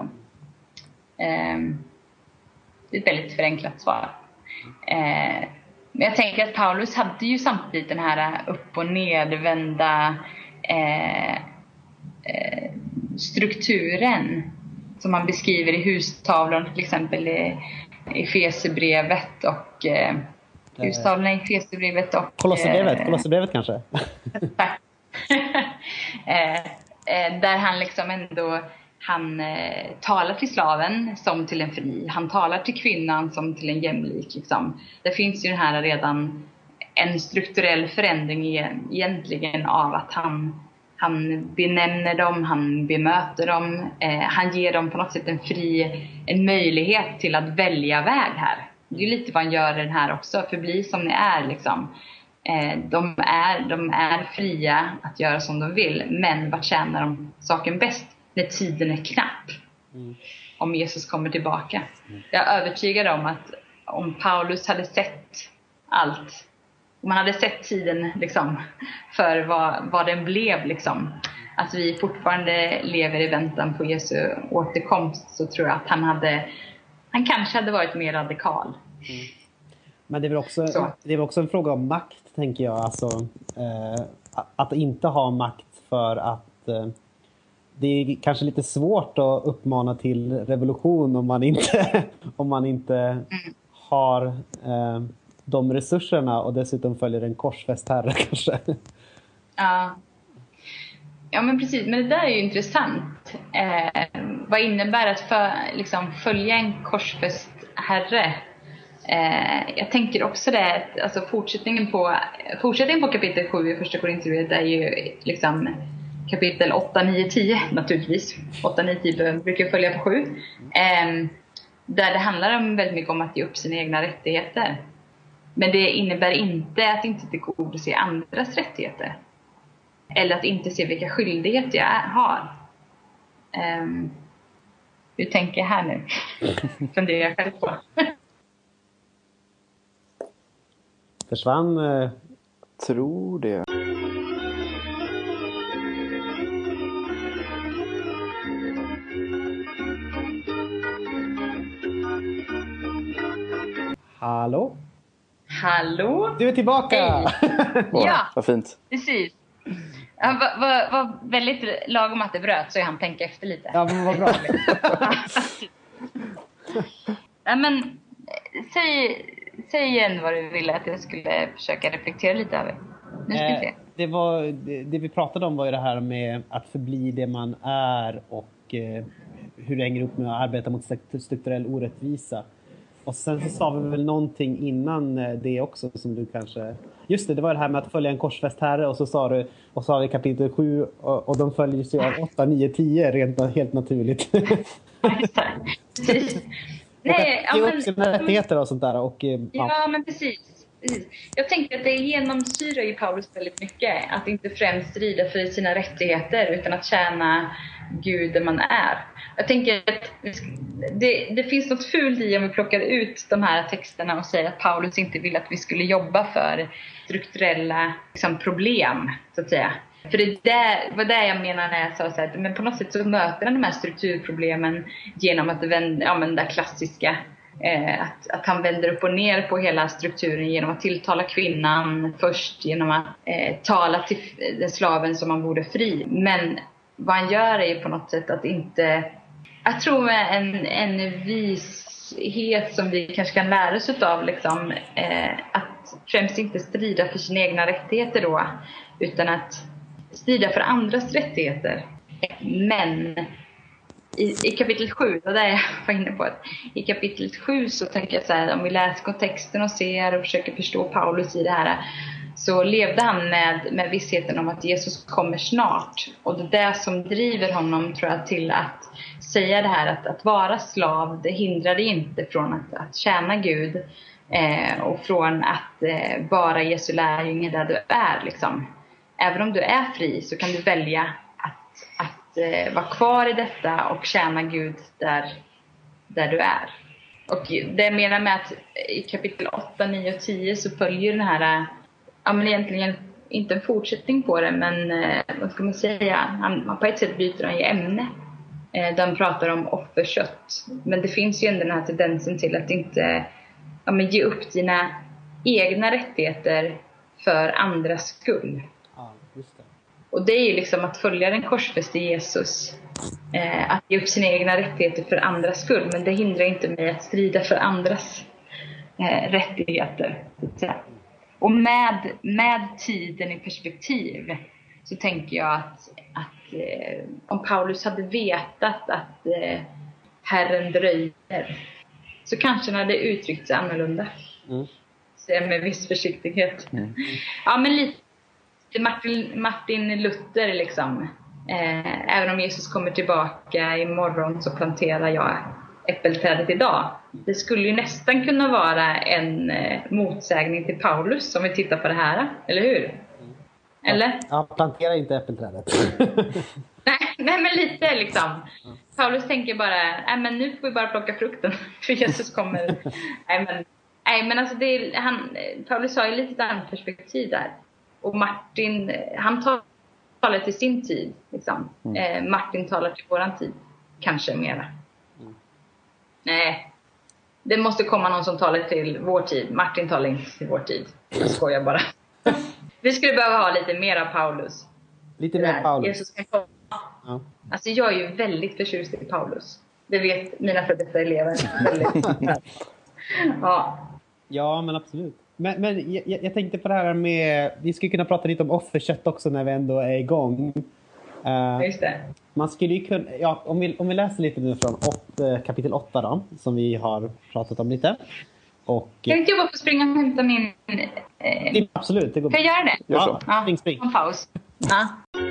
Eh, det är ett väldigt förenklat svar. Eh, Men jag tänker att Paulus hade ju samtidigt den här upp- och nedvända eh, eh, strukturen som man beskriver i hustavlan, till exempel i, i Efesierbrevet och eh, hustavlan i Efesierbrevet och Kolosserbrevet, eh, Kolosserbrevet kanske. Tack. eh, eh, där han liksom ändå han eh, talar till slaven som till en fri. Han talar till kvinnan som till en jämlik. Liksom. Det finns ju den här redan en strukturell förändring egentligen av att han, han benämner dem, han bemöter dem. Eh, han ger dem på något sätt en fri, en möjlighet till att välja väg här. Det är lite vad han gör den här också. Förbli som ni är liksom. Eh, de är. De är fria att göra som de vill. Men vad tjänar de saken bäst? När tiden är knapp. Mm. Om Jesus kommer tillbaka. Mm. Jag är övertygad om att om Paulus hade sett allt. Om man hade sett tiden liksom, för vad, vad den blev. Liksom, att vi fortfarande lever i väntan på Jesu återkomst. Så tror jag att han hade. Han kanske hade varit mer radikal. Mm. Men det är väl också, det är väl också en fråga om makt, tänker jag. Alltså, eh, att inte ha makt för att. Eh, Det är kanske lite svårt att uppmana till revolution om man inte, om man inte mm. har eh, de resurserna och dessutom följer en korsfäst herre kanske. Ja. Ja, men precis. Men det där är ju intressant. Eh, vad innebär att för, liksom, följa en korsfäst herre? Eh, jag tänker också det, alltså fortsättningen på, fortsättningen på kapitel sju i första Korinthierbrevet är ju liksom kapitel åtta, nio, tio naturligtvis. åtta, nio, tio brukar följa på sju. Eh, där det handlar om väldigt mycket om att ge upp sina egna rättigheter. Men det innebär inte att inte tillgodose andras rättigheter. Eller att inte se vilka skyldigheter jag har. Um, hur tänker jag här nu? Funderar jag själv på. Försvann? Eh... Tror det. Hallå? Hallå? Du är tillbaka! Hej. Wow, Ja, vad fint. precis. Han var, var, var väldigt lagom att det bröt så han tänker efter lite. Ja, men vad bra. Ja, men säg, säg igen vad du ville att jag skulle försöka reflektera lite över. Nu ska vi se. Eh, det, var, det, det vi pratade om var ju det här med att förbli det man är och eh, hur det hänger upp med att arbeta mot strukturell orättvisa. Och sen så sa vi väl någonting innan det också som du kanske... Just det, det var det här med att följa en korsfäst herre och så sa du, och så har vi kapitel sju och, och de följer sig av åtta, nio, tio rent helt naturligt. Precis. Nej, ja, men... men... sina rättigheter och sånt där. Och, ja. ja, men precis. precis. Jag tänker att det genomsyrar ju Paulus väldigt mycket. Att inte främst strida för sina rättigheter utan att tjäna Gud där man är. Jag tänker att det, det finns något fult i om vi plockar ut de här texterna och säger att Paulus inte vill att vi skulle jobba för strukturella liksom, problem, så att säga. För det där, var det jag menar när jag sa så här, men på något sätt så möter han de här strukturproblemen genom att vända, ja, men det klassiska, eh, att, att han vänder upp och ner på hela strukturen genom att tilltala kvinnan först, genom att eh, tala till den slaven som han borde fri. Men vad han gör är på något sätt att inte... Jag tror med en, en vishet som vi kanske kan lära oss av liksom, eh, att främst inte strida för sina egna rättigheter då, utan att strida för andras rättigheter. Men i, i kapitel sju, och där jag var inne på att i kapitel sju så tänker jag så här, om vi läser kontexten och ser och försöker förstå Paulus i det här, så levde han med, med vissheten om att Jesus kommer snart. Och det är det som driver honom, tror jag, till att säga det här. Att, att vara slav, det hindrar dig inte från att, att tjäna Gud. Eh, och från att eh, vara Jesu lärjunge där du är. Liksom. Även om du är fri så kan du välja att, att eh, vara kvar i detta och tjäna Gud där, där du är. Och det jag menar med att i kapitel åtta, nio och tio så följer den här... Ja, men egentligen inte en fortsättning på det, men eh, vad ska man säga? Han, på ett sätt byter han ju ämne. Eh, där han pratar om offerkött. Men det finns ju ändå den här tendensen till att inte ja, men ge upp dina egna rättigheter för andras skull. Ja, just det. Och det är ju liksom att följa den korsfäste Jesus. Eh, att ge upp sina egna rättigheter för andras skull. Men det hindrar inte mig att strida för andras eh, rättigheter. Och med, med tiden i perspektiv så tänker jag att, att eh, om Paulus hade vetat att eh, Herren dröjer, så kanske han hade uttryckt sig annorlunda. Mm. Så med viss försiktighet. Mm. Ja, men lite Martin, Martin Luther liksom. Eh, även om Jesus kommer tillbaka imorgon så planterar jag äppelträdet idag. Det skulle ju nästan kunna vara en eh, motsägning till Paulus om vi tittar på det här, eller hur? Eller? Ja, plantera inte äppelträdet. nej, nej, men lite liksom. Paulus tänker bara, nej men nu får vi bara plocka frukten för Jesus kommer. nej, men, nej men alltså det är, han, Paulus har ju lite ett annat perspektiv där. Och Martin, han talar till sin tid liksom. Mm. Eh, Martin talar till våran tid, kanske mera. Nej, det måste komma någon som talar till vår tid. Martin talar inte till vår tid. Jag skojar bara. Vi skulle behöva ha lite mer av Paulus. Lite mer Paulus. Jesus kan komma. Ja. Alltså jag är ju väldigt förtjust i Paulus. Det vet mina för detta elever. ja. ja, men absolut. Men, men jag, jag tänkte på det här med... Vi skulle kunna prata lite om offerkött också när vi ändå är igång. Uh, Just det. Man skulle ju kunna, ja, om, vi, om vi läser lite nu från åt, kapitel åtta då, som vi har pratat om lite. Och, kan inte jag bara få springa och hämta min... Eh, absolut, det går bra. Kan jag göra det? Ja, ja. spring, spring. En paus. Ja.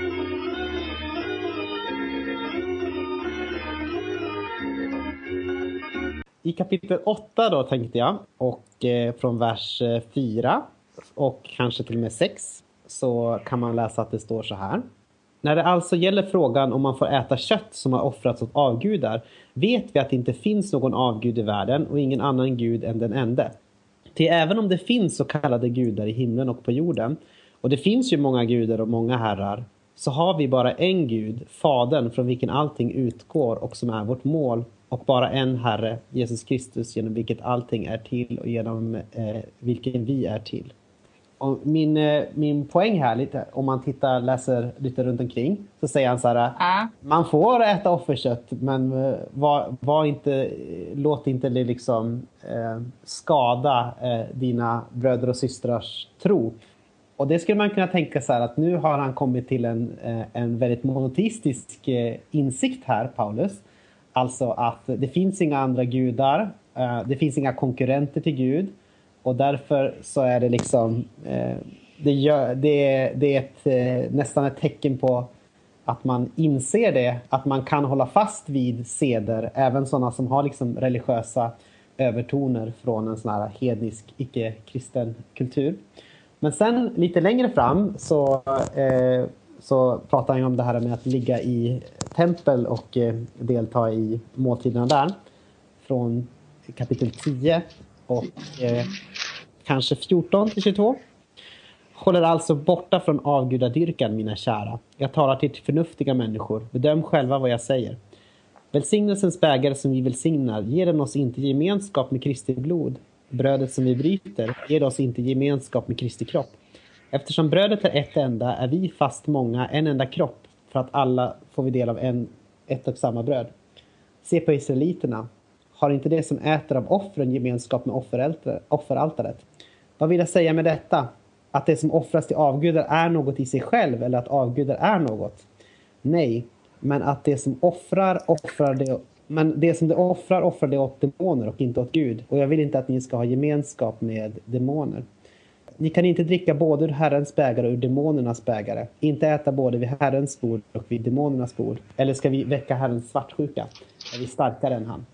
I kapitel åtta då tänkte jag, och eh, från vers fyra och kanske till och med sex så kan man läsa att det står så här. När det alltså gäller frågan om man får äta kött som har offrats åt avgudar, vet vi att det inte finns någon avgud i världen och ingen annan gud än den ende. Till även om det finns så kallade gudar i himlen och på jorden, och det finns ju många gudar och många herrar, så har vi bara en Gud, Fadern, från vilken allting utgår och som är vårt mål, och bara en Herre, Jesus Kristus, genom vilket allting är till och genom eh, vilken vi är till. Och min, eh, min poäng här, lite, om man tittar, läser lite runt omkring, så säger han så här, uh. man får äta offerkött, men eh, var, var inte, låt inte det liksom eh, skada eh, dina bröder och systrars tro. Och det skulle man kunna tänka så här, att nu har han kommit till en, en väldigt monoteistisk insikt här, Paulus. Alltså att det finns inga andra gudar, det finns inga konkurrenter till Gud. Och därför så är det liksom, det, gör, det, är, det är ett, nästan ett tecken på att man inser det. Att man kan hålla fast vid seder, även sådana som har liksom religiösa övertoner från en sån här hednisk, icke-kristen kultur. Men sen lite längre fram så, eh, så pratar han om det här med att ligga i tempel och eh, delta i måltiderna där. Från kapitel tio och eh, kanske fjorton till tjugotvå. Håller alltså borta från avgudadyrkan, mina kära. Jag talar till förnuftiga människor. Bedöm själva vad jag säger. Välsignelsens bägare som vi välsignar ger den oss inte gemenskap med Kristi blod. Brödet som vi bryter ger oss inte gemenskap med Kristi kropp. Eftersom brödet är ett enda är vi fast många en enda kropp, för att alla får vi del av en, ett och samma bröd. Se på israeliterna. Har inte det som äter av offren gemenskap med offeraltaret? Vad vill jag säga med detta? Att det som offras till avgudar är något i sig själv, eller att avgudar är något? Nej, men att det som offrar offrar det. Men det som det offrar, offrar det åt demoner och inte åt Gud. Och jag vill inte att ni ska ha gemenskap med demoner. Ni kan inte dricka både ur Herrens bägare och ur demonernas bägare. Inte äta både vid Herrens bord och vid demonernas bord. Eller ska vi väcka Herrens svartsjuka? Är vi starkare än han?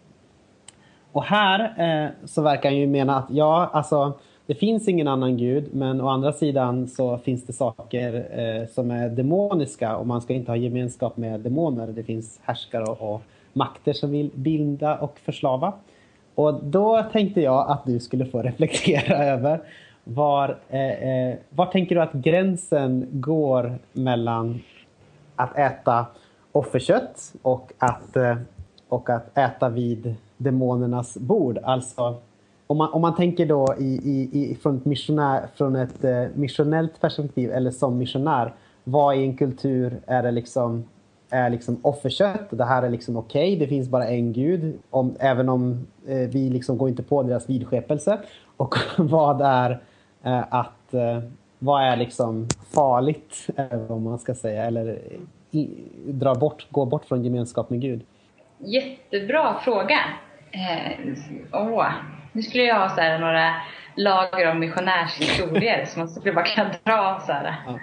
Och här eh, så verkar han ju mena att ja, alltså det finns ingen annan Gud. Men å andra sidan så finns det saker eh, som är demoniska. Och man ska inte ha gemenskap med demoner. Det finns härskare och, och makter som vill binda och förslava. Och då tänkte jag att du skulle få reflektera över var, eh, eh, var tänker du att gränsen går mellan att äta offerkött och att, eh, och att äta vid demonernas bord. Alltså om man, om man tänker då i, i, i, från ett, missionär, från ett eh, missionellt perspektiv eller som missionär, vad i en kultur är det liksom är liksom offerkött, det här är liksom okej, okay. Det finns bara en gud, om, även om eh, vi liksom går inte på deras vidskepelse. Och vad är eh, att eh, vad är liksom farligt, eh, vad man ska säga, eller i, dra bort, gå bort från gemenskap med Gud? Jättebra fråga. Eh, åh, nu skulle jag ha så här några lager om missionärshistorier som man skulle bara kan dra så här. Ja.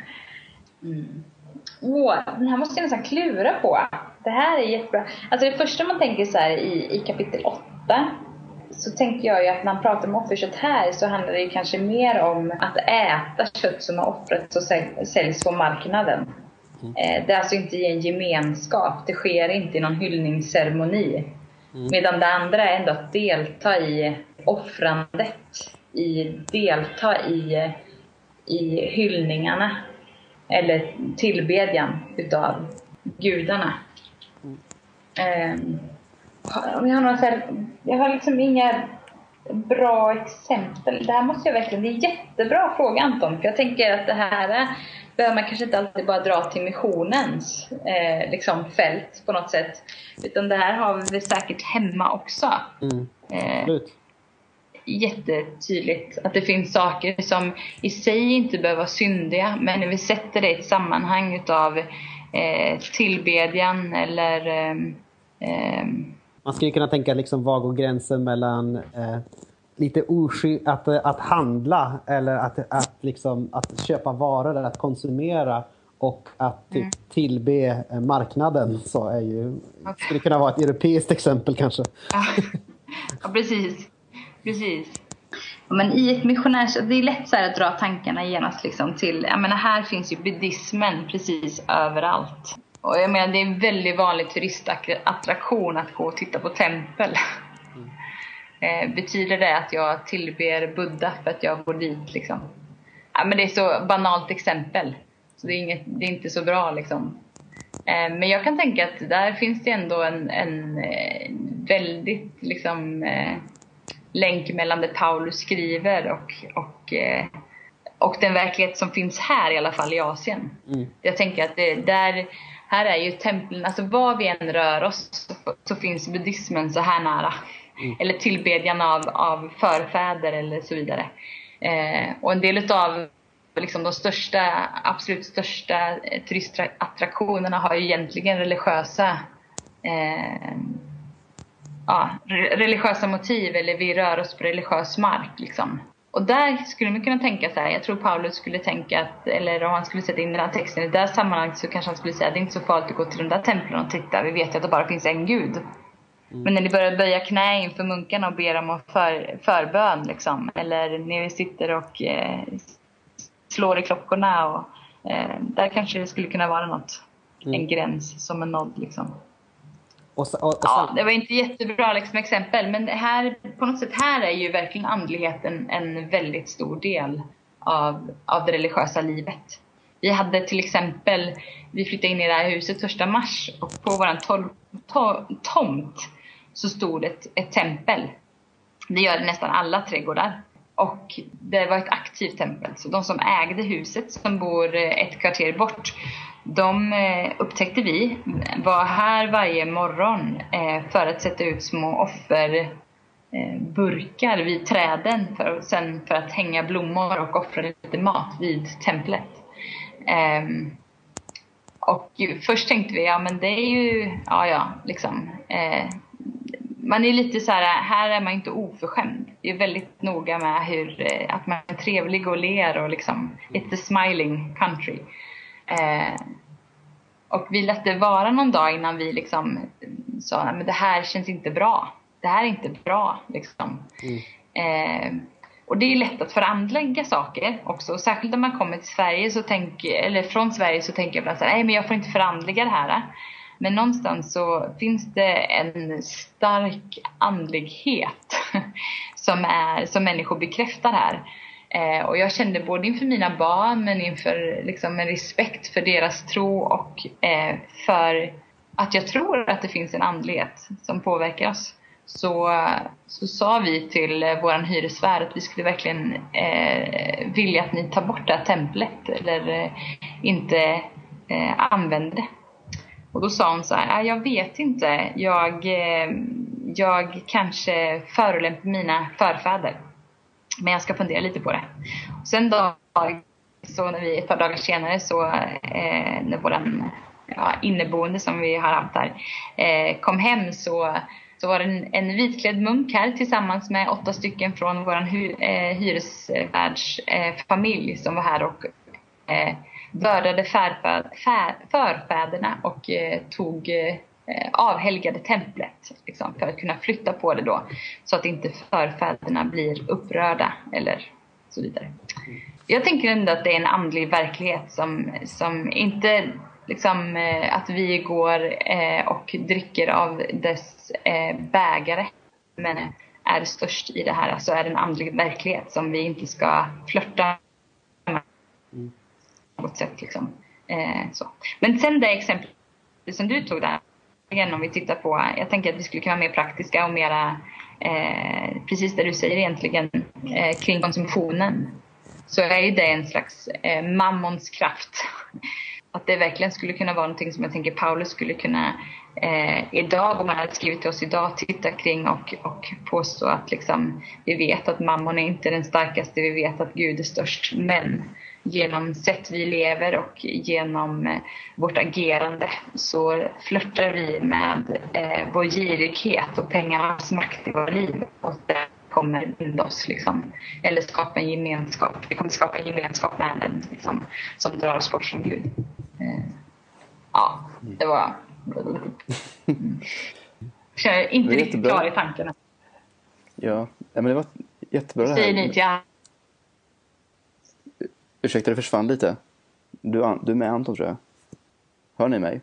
Mm. Åh, den här måste jag nästan klura på. Det här är jättebra. Alltså det första man tänker så här i, i kapitel åtta, så tänker jag ju att när man pratar om offerkött här, så handlar det kanske mer om att äta kött som har offrats och säljs på marknaden. Mm. Eh, det är alltså inte i en gemenskap. Det sker inte i någon hyllningsceremoni. Mm. Medan det andra är ändå att delta i offrandet, i delta i, i hyllningarna eller tillbedjan utav gudarna. Mm. Um, jag, har några så här, jag har liksom inga bra exempel. Det här måste jag verkligen, det är en jättebra fråga, Anton. För jag tänker att det här behöver man kanske inte alltid bara dra till missionens eh, liksom fält på något sätt. Utan det här har vi säkert hemma också. Mm. Eh, jättetydligt att det finns saker som i sig inte behöver vara syndiga, men när vi sätter det i ett sammanhang utav eh, tillbedjan eller eh, eh, man skulle kunna tänka liksom, vad går gränsen mellan eh, lite osky att, att handla eller att, att, liksom, att köpa varor eller att konsumera och att typ, mm. tillbe marknaden, så är ju okay. Skulle kunna vara ett europeiskt exempel kanske. Ja, ja precis. Precis. Men i ett missionärs, det är lätt så här att dra tankarna genast liksom till, jag menar här finns ju buddhismen precis överallt. Och jag menar det är en väldigt vanlig turistattraktion att gå och titta på tempel. Mm. Eh, betyder det att jag tillber Buddha för att jag går dit liksom? Ja, men det är så banalt exempel. Så det är, inget, det är inte så bra liksom. Eh, men jag kan tänka att där finns det ändå en, en eh, väldigt liksom eh, länk mellan det Paulus skriver och, och, eh, och den verklighet som finns här i alla fall i Asien. Mm. Jag tänker att det, där, här är ju templen, alltså var vi än rör oss så, så finns buddhismen så här nära. Mm. Eller tillbedjan av, av förfäder eller så vidare. Eh, och en del av liksom de största, absolut största turistattraktionerna har ju egentligen religiösa eh, ja, religiösa motiv, eller vi rör oss på religiös mark liksom. Och där skulle man kunna tänka så här, jag tror Paulus skulle tänka att, eller om han skulle sätta in den här texten i det där sammanhanget, så kanske han skulle säga att det är inte så farligt att gå till de där templen och titta, vi vet ju att det bara finns en gud. Mm. Men när ni börjar böja knä inför munkarna och ber om för, förbön liksom, eller när vi sitter och eh, slår i klockorna och eh, där kanske det skulle kunna vara något, mm. en gräns som är nådd liksom. Och så, och, och så... Ja, det var inte jättebra liksom, exempel, men här, på något sätt här är ju verkligen andligheten en väldigt stor del av, av det religiösa livet. Vi hade till exempel, vi flyttade in i det här huset första mars och på våran tol, to, tomt så stod ett, ett tempel. Det gör nästan alla trädgårdar. Och det var ett aktivt tempel. Så de som ägde huset, som bor ett kvarter bort, de upptäckte vi var här varje morgon för att sätta ut små offerburkar vid träden för, sen för att hänga blommor och offra lite mat vid templet. Och först tänkte vi, ja men det är ju, ja ja, liksom... Man är lite så här, här är man inte oförskämd. Det är väldigt noga med hur, att man är trevlig och ler och liksom, it's a smiling country. Eh, och vi lät det vara någon dag innan vi liksom sa, men det här känns inte bra. Det här är inte bra liksom. Mm. Eh, och det är lätt att förandlägga saker också. Och särskilt när man kommer till Sverige så tänker, eller från Sverige så tänker jag ibland så här, nej men jag får inte förandlägga det här. Men någonstans så finns det en stark andlighet som, är, som människor bekräftar här. Eh, och jag kände både inför mina barn men inför liksom, en respekt för deras tro och eh, för att jag tror att det finns en andlighet som påverkar oss. Så, så sa vi till våran hyresvärd att vi skulle verkligen eh, vilja att ni tar bort det här templet eller eh, inte eh, använder det. Och då sa hon så här, jag vet inte, jag, jag kanske förolämpar mina förfäder. Men jag ska fundera lite på det. Och sen då, så när vi ett par dagar senare så eh, när våran ja, inneboende som vi har haft här eh, kom hem så, så var det en, en vitklädd munk här tillsammans med åtta stycken från våran hy, eh, hyresvärdsfamilj eh, som var här och eh, vördade förfäd, för, förfäderna och eh, tog eh, avhelgade templet liksom, för att kunna flytta på det då så att inte förfäderna blir upprörda eller så vidare. Jag tänker ändå att det är en andlig verklighet som, som inte liksom, eh, att vi går eh, och dricker av dess eh, bägare men är störst i det här, alltså är det en andlig verklighet som vi inte ska flirta med. Mm. Något sätt liksom. eh, så. Men sen det exempel som du tog där igen, om vi tittar på, jag tänker att vi skulle kunna vara mer praktiska och mera eh, precis det du säger egentligen eh, kring konsumtionen, så är det en slags eh, mammons kraft. Att det verkligen skulle kunna vara någonting som jag tänker Paulus skulle kunna eh, idag, om man hade skrivit till oss idag, titta kring och, och påstå att liksom, vi vet att mammon är inte den starkaste, vi vet att Gud är störst, men genom sätt vi lever och genom eh, vårt agerande så flörtar vi med eh, vår girighet och pengarnas makt i vårt liv, och det kommer binda oss liksom, eller skapa en gemenskap. Vi kommer skapa en gemenskap med den liksom, som drar oss bort från Gud. Eh, ja, det var mm. Jag är inte riktigt klar i tankarna. Ja, men det var jättebra det Säger här. ni till alla. Ursäkta, det försvann lite. Du, An- du är med Anton, tror jag. Hör ni mig?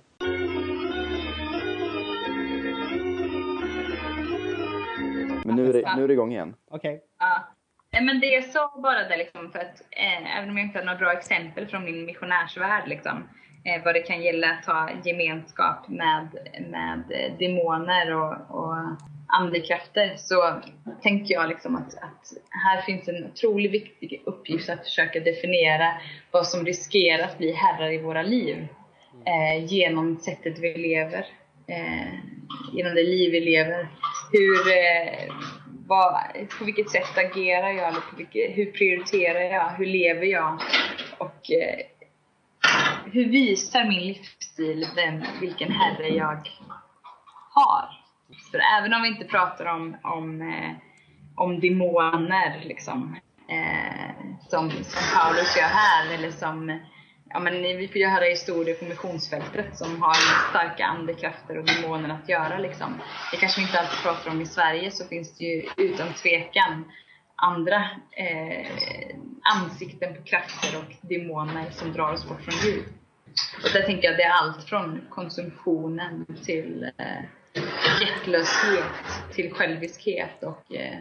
Men nu är det, nu är det igång igen. Okej. Ja. Nej, men det är så bara det liksom, för att eh, även om jag inte har några bra exempel från min missionärsvärld liksom, eh, vad det kan gälla att ha gemenskap med, med eh, demoner och, och andekrafter, så tänker jag liksom att, att här finns en otroligt viktig uppgift att försöka definiera vad som riskerar att bli herrar i våra liv eh, genom sättet vi lever, eh, genom det liv vi lever. Hur, eh, vad, på vilket sätt agerar jag, eller på vilket, hur prioriterar jag, hur lever jag, och eh, hur visar min livsstil vem, vilken herre jag har. För även om vi inte pratar om, om, eh, om demoner liksom, eh, som, som Paulus gör här, eller som, ja, men vi får ju höra historier på missionsfältet som har med starka andekrafter och demoner att göra liksom. Det kanske vi inte alltid pratar om i Sverige, så finns det ju utan tvekan andra eh, ansikten på krafter och demoner som drar oss bort från Gud. Och där tänker jag det är allt från konsumtionen till eh, hjärtlöshet, till själviskhet och eh,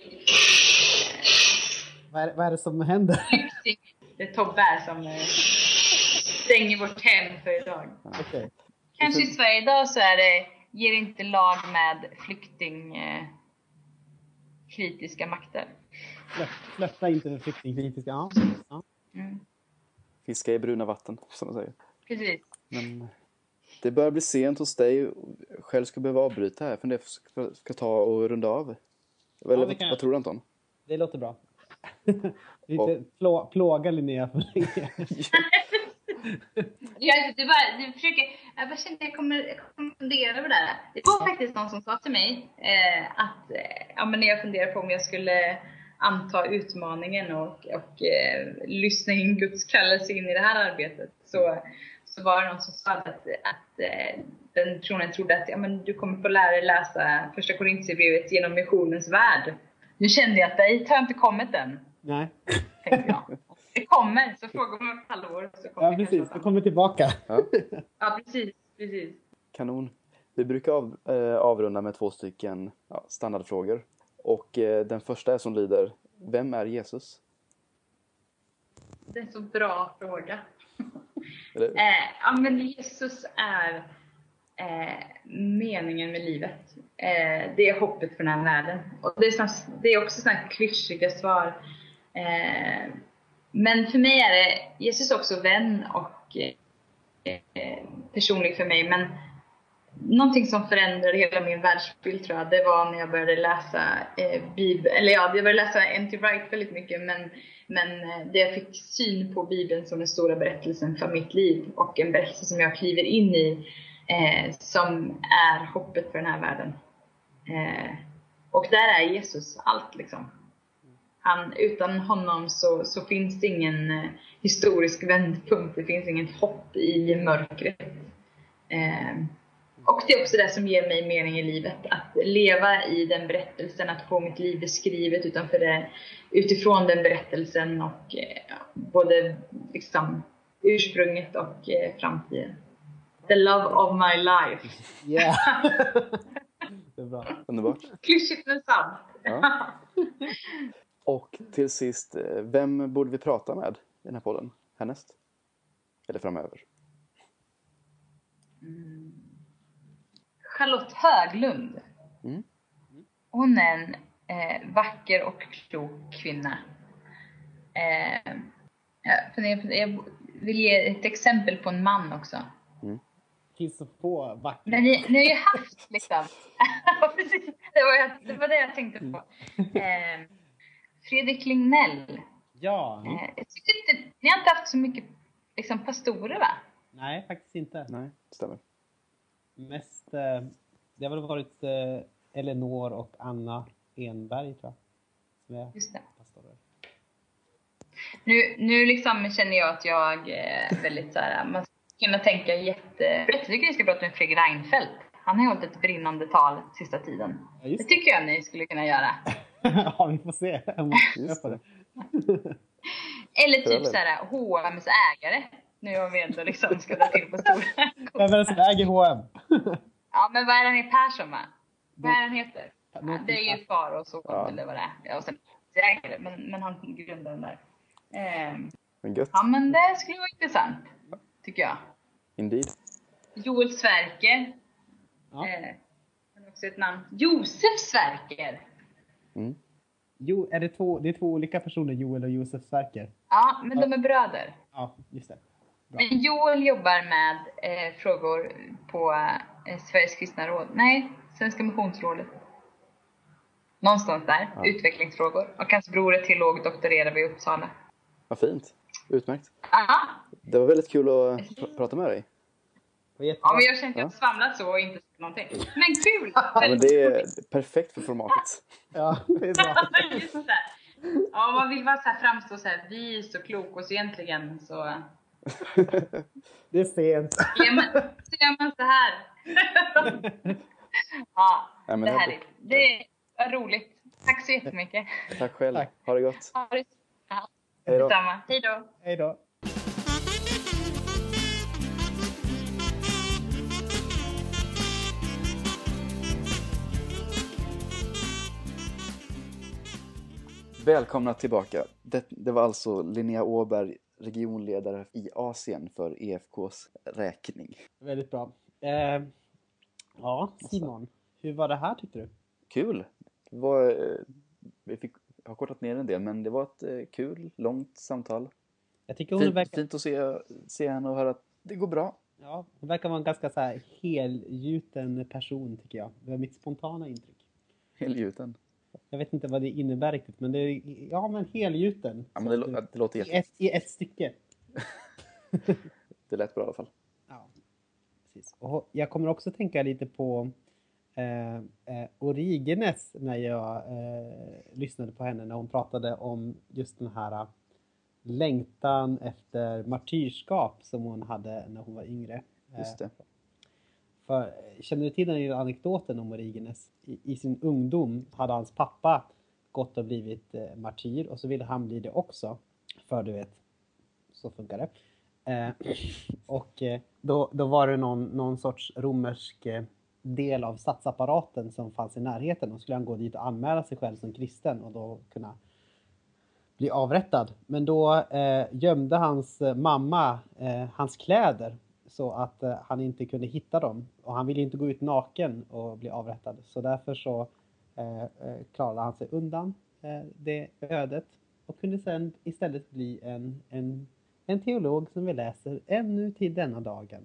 Vad är, vad är det som händer? det är Tobbe här som eh, stänger vårt hem för idag. Okej. Kanske i Sverige idag så är det, ger inte lag med flykting eh, kritiska makter. Flört, flörta inte med flyktingkritiska. Ja. Ja. Mm. Fiska i bruna vatten, som man säger. Precis. Men det börjar bli sent hos dig. Själv ska behöva avbryta här, för det ska, ska ta och runda av. Eller det vad, kan jag. vad tror du, Anton? Det låter bra. Lite plå, plåga Linnea för länge. Jag, du, bara, du försöker, jag bara kände, jag kommer, jag kommer fundera över det här. Det var faktiskt någon som sa till mig eh, att eh, ja, men när jag funderar på om jag skulle anta utmaningen och, och eh, lyssna in Guds kallelse in i det här arbetet, så, så var det någon som sa att, att eh, den personen trodde att ja, men du kommer få lära dig läsa första Korintierbrevet genom missionens värld. Nu kände jag att dit har jag inte kommit än. Nej. Tänkte jag. Det kommer, så frågar man ett halvår så kommer Ja, det precis. kanske Du kommer tillbaka. Ja. Ja, precis, precis. Kanon. Vi brukar av, eh, avrunda med två stycken ja, standardfrågor. Och eh, den första är som lyder: vem är Jesus? Det är en så bra fråga. Eller? eh, ja, men Jesus är eh, meningen med livet. Eh, det är hoppet för den här världen. Och det är, sån, det är också sådana här klyschiga svar. Eh, men för mig är det Jesus också vän och eh, personlig för mig. Men någonting som förändrade hela min världsbild, tror jag, det var när jag började läsa eh, Bibeln. Eller ja, jag började läsa N T Wright väldigt mycket. Men, men eh, det jag fick syn på Bibeln som den stora berättelsen för mitt liv. Och en berättelse som jag kliver in i. Eh, som är hoppet för den här världen. Eh, och där är Jesus allt liksom. Han, utan honom så, så finns det ingen eh, historisk vändpunkt. Det finns inget hopp i mörkret. Eh, och det är också det som ger mig mening i livet. Att leva i den berättelsen. Att få mitt liv beskrivet utanför det, utifrån den berättelsen. Och eh, både liksom, ursprunget och eh, framtiden. The love of my life. Yeah. Det är bra. Underbart. Klyschigt men sant. Ja. Och till sist, vem borde vi prata med i den här podden härnäst? Eller framöver? Mm. Charlotte Höglund. Mm. Hon är en eh, vacker och klok kvinna. Eh, jag, jag vill ge ett exempel på en man också. Mm. Finns så få vackra. Men ni, ni har ju haft liksom. Precis, det, var jag, det var det jag tänkte på. Eh, Fredrik Lignell. Ja. Eh, jag tycker inte, ni har inte haft så mycket liksom, pastorer, va? Nej, faktiskt inte. Nej, det stämmer. Mest, eh, det har väl varit eh, Elinor och Anna Enberg, tror jag. Som är Just det. pastorer. Nu, nu liksom känner jag att jag är väldigt så här, man ska kunna tänka jätte... Jag tycker ni ska prata med Fredrik Reinfeldt. Han har hållit ett brinnande tal sista tiden. Ja, just Det det. tycker jag ni skulle kunna göra. Ja, vi får se. Jag måste Just köpa det. Eller typ Eller? så här H och M's ägare. Nu om vi ändå liksom ska dra till på stora. Vem är det som äger H och M? Ja, men vad är han i Persson va? Vad är han heter? Ja, Någonting det är ju far och son Ja. eller vad det är. Ja, och sen ägare, men, men han grundar den där. Ehm, Men gött. ja, men det skulle vara intressant. Tycker jag. Indeed. Joel Sverker. Ja. Eh, han har också ett namn. Josef Sverker. Mm. Jo, är det två, det är två olika personer, Joel och Josef Sverker? Ja, men de är bröder. Ja, just det. Bra. Men Joel jobbar med eh, frågor på eh, Sveriges kristna råd. Nej, Svenska missionsrådet. Någonstans där. Ja. Utvecklingsfrågor. Och hans bror är teolog och doktorerar vid Uppsala. Vad fint. Utmärkt. Ja, Det var väldigt kul att pr- prata med dig. Vad jättebra. ja men jag känner att Ja. jag svamlat så och inte sagt någonting. Men kul! Ja, men det är perfekt för formatet. Ja, det är bra. Just det. Ja, man vill bara så här framstå så här vis och klok och så egentligen så Det är sent. ser man, ser man så här. Ja, Ja, men det det är här- härligt. Det är roligt. Tack så jättemycket. Tack själv. Tack. Ha det gott. Ha det ja, Hej då. detsamma. Hej då. Hej då. Välkomna tillbaka. Det, det var alltså Linnea Åberg, regionledare i Asien för E F K:s räkning. Väldigt bra. Eh, ja, Simon. Hur var det här tyckte du? Kul. Det var, eh, vi fick ha kortat ner en del, men det var ett eh, kul, långt samtal. Jag tycker hon Fint, verkar, fint att se, se henne och höra att det går bra. ja, hon verkar vara en ganska så här helgjuten person tycker jag. Det var mitt spontana intryck. Helgjuten. Jag vet inte vad det innebär riktigt, men det är, ja men helgjuten. Ja, men det, lå- det låter I jätte... ett, I ett stycke. Det lät bra i alla fall. Ja, precis. Och jag kommer också tänka lite på eh, eh, Origenes när jag eh, lyssnade på henne när hon pratade om just den här eh, längtan efter martyrskap som hon hade när hon var yngre. Eh, Just det. För, känner du till den lilla anekdoten om Origenes? I, I sin ungdom hade hans pappa gått och blivit eh, martyr och så ville han bli det också. För du vet, så funkar det. Eh, och eh, då, då var det någon, någon sorts romersk eh, del av statsapparaten som fanns i närheten. Och skulle han gå dit och anmäla sig själv som kristen och då kunna bli avrättad. Men då eh, gömde hans eh, mamma eh, hans kläder så att eh, han inte kunde hitta dem. Och han ville inte gå ut naken och bli avrättad. Så därför så eh, eh, klarade han sig undan eh, det ödet. Och kunde sen istället bli en, en, en teolog som vi läser ännu till denna dagen.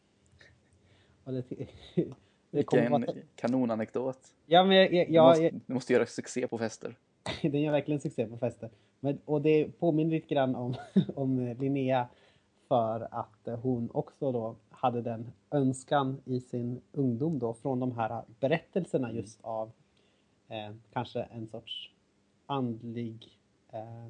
Och det, det kommer Vilken vara- kanonanekdot. Ja, men jag, jag, Du jag, måste, du måste göra succé på fester. den gör verkligen succé på fester. Men, och det påminner lite grann om, om Linnea för att hon också då hade den önskan i sin ungdom då från de här berättelserna just av eh, kanske en sorts andlig eh,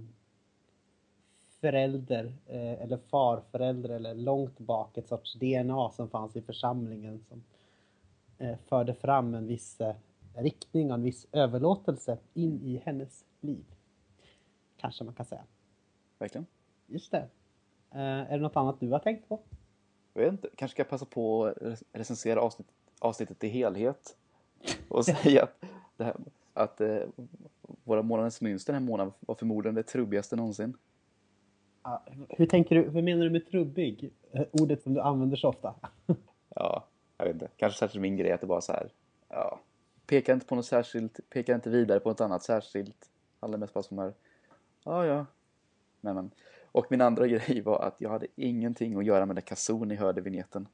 förälder eh, eller farförälder eller långt bak ett sorts D N A som fanns i församlingen som eh, förde fram en viss eh, riktning och en viss överlåtelse in i hennes liv. Kanske man kan säga. Verkligen. Just det. Eh, är det något annat du har tänkt på? Jag vet inte, kanske ska jag passa på att rec- recensera avsnitt, avsnittet i helhet. Och säga att, det här, att eh, våra månadens mönster den här månaden var förmodligen det trubbigaste någonsin. Ja, hur tänker du? Hur menar du med trubbig? Eh, Ordet som du använder så ofta. Ja, jag vet inte. Kanske särskilt min grej att det var så här. Ja, pekar inte på något särskilt, pekar inte vidare på något annat särskilt. Handlar mest bara som här. Ja, ja. Men, men. Och min andra grej var att jag hade ingenting att göra med det kazoo ni hörde i vignetten.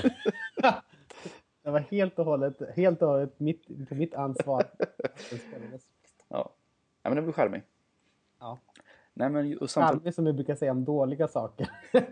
Det var helt och hållet, helt och hållet mitt, på mitt ansvar. Ja, ja men det var charmig. Ja. Nej, men och samtal... Aldrig som vi brukar säga om dåliga saker.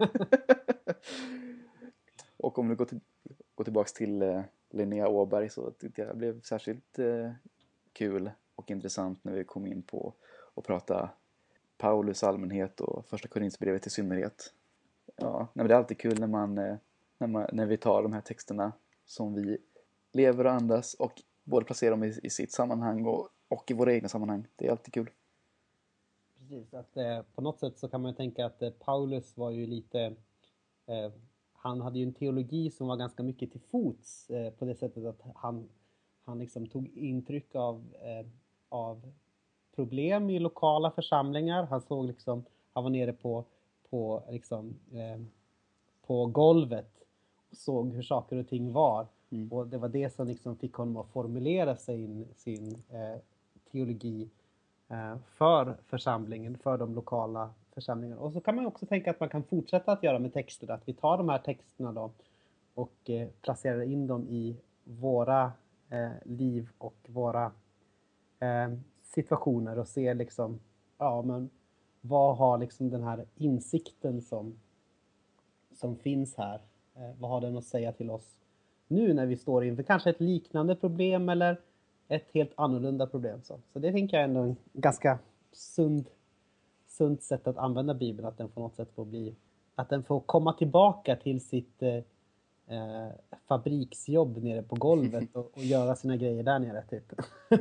Och om du går, till, går tillbaka till eh, Linnea Åberg så tyckte jag det blev särskilt eh, kul och intressant när vi kom in på att prata Paulus allmänhet och första Korinthierbrevet i synnerhet. Ja, nej, men det är alltid kul när, man, eh, när, man, när vi tar de här texterna som vi lever och andas och både placerar dem i, i sitt sammanhang och och i våra egna sammanhang. Det är alltid kul. Precis, att eh, på något sätt så kan man ju tänka att eh, Paulus var ju lite, eh, han hade ju en teologi som var ganska mycket till fots eh, på det sättet att han, han liksom tog intryck av, eh, av problem i lokala församlingar. Han såg liksom, han var nere på, på, liksom, eh, på golvet och såg hur saker och ting var. Mm. Och det var det som liksom fick honom att formulera sin, sin eh, teologi för församlingen, för de lokala församlingarna. Och så kan man också tänka att man kan fortsätta att göra med texter, att vi tar de här texterna då och eh, placerar in dem i våra eh, liv och våra eh, situationer och ser liksom, ja men vad har liksom den här insikten som, som finns här, eh, vad har den att säga till oss nu när vi står inför kanske ett liknande problem eller ett helt annorlunda problem. Så, så det tänker jag är ändå en ganska sund, sund sätt att använda Bibeln. Att den på något sätt får bli, att den får komma tillbaka till sitt eh, fabriksjobb nere på golvet och, och göra sina grejer där nere typ.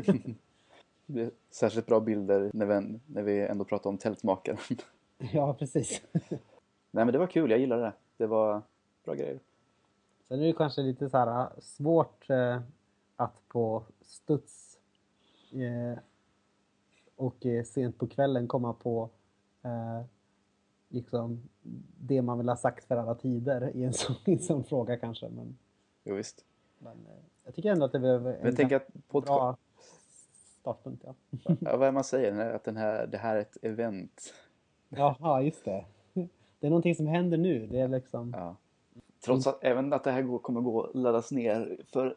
Det är särskilt bra bilder när vi, när vi ändå pratar om tältmakaren. Ja, precis. Nej men det var kul, jag gillade det. Det var bra grejer. Sen är det kanske lite så här svårt eh, att på studs eh, och eh, sent på kvällen komma på eh, liksom det man vill ha sagt för alla tider i en sån, i en sån fråga kanske. Men, jo, visst. Men eh, jag tycker ändå att det behöver en jag tänker att podca- bra startpunkt. Ja. Ja, vad är man säger? Att den här, det här är ett event. Ja, just det. Det är någonting som händer nu. Det är liksom... Ja. Trots att även att det här går, kommer gå att laddas ner för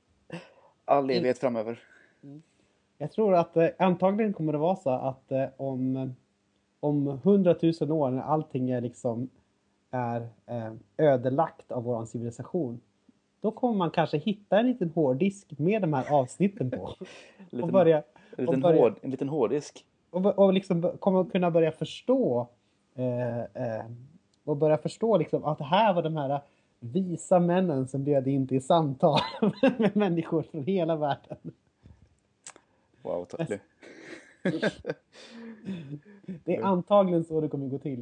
all evighet framöver. Mm. Jag tror att eh, antagligen kommer det vara så att eh, om, om hundratusen år när allting är liksom är eh, ödelagt av våran civilisation, då kommer man kanske hitta en liten hårddisk med de här avsnitten på. en, liten, och börja, en, liten och börja, hård, en liten hårddisk. Och, och liksom kommer kunna börja förstå eh, eh, och börja förstå liksom att det här var de här visa männen som bjöd in till samtal med människor från hela världen. Wow, tack. Det är antagligen så det kommer gå till.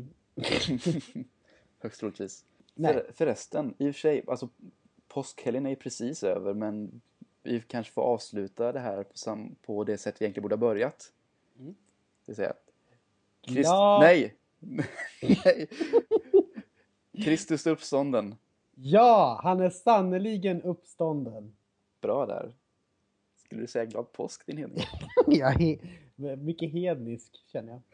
Högst troligtvis. Nej. För, förresten, i och för sig, alltså påskhelgen är ju precis över, men vi kanske får avsluta det här på, sam, på det sätt vi egentligen borde ha börjat. Mm. Det vill säga att Christ... ja. Nej! Nej! Kristus uppstånden. Ja, han är sannoliken uppstånden. Bra där. Skulle du säga glad påsk, din hedning? Ja, he... mycket hednisk känner jag.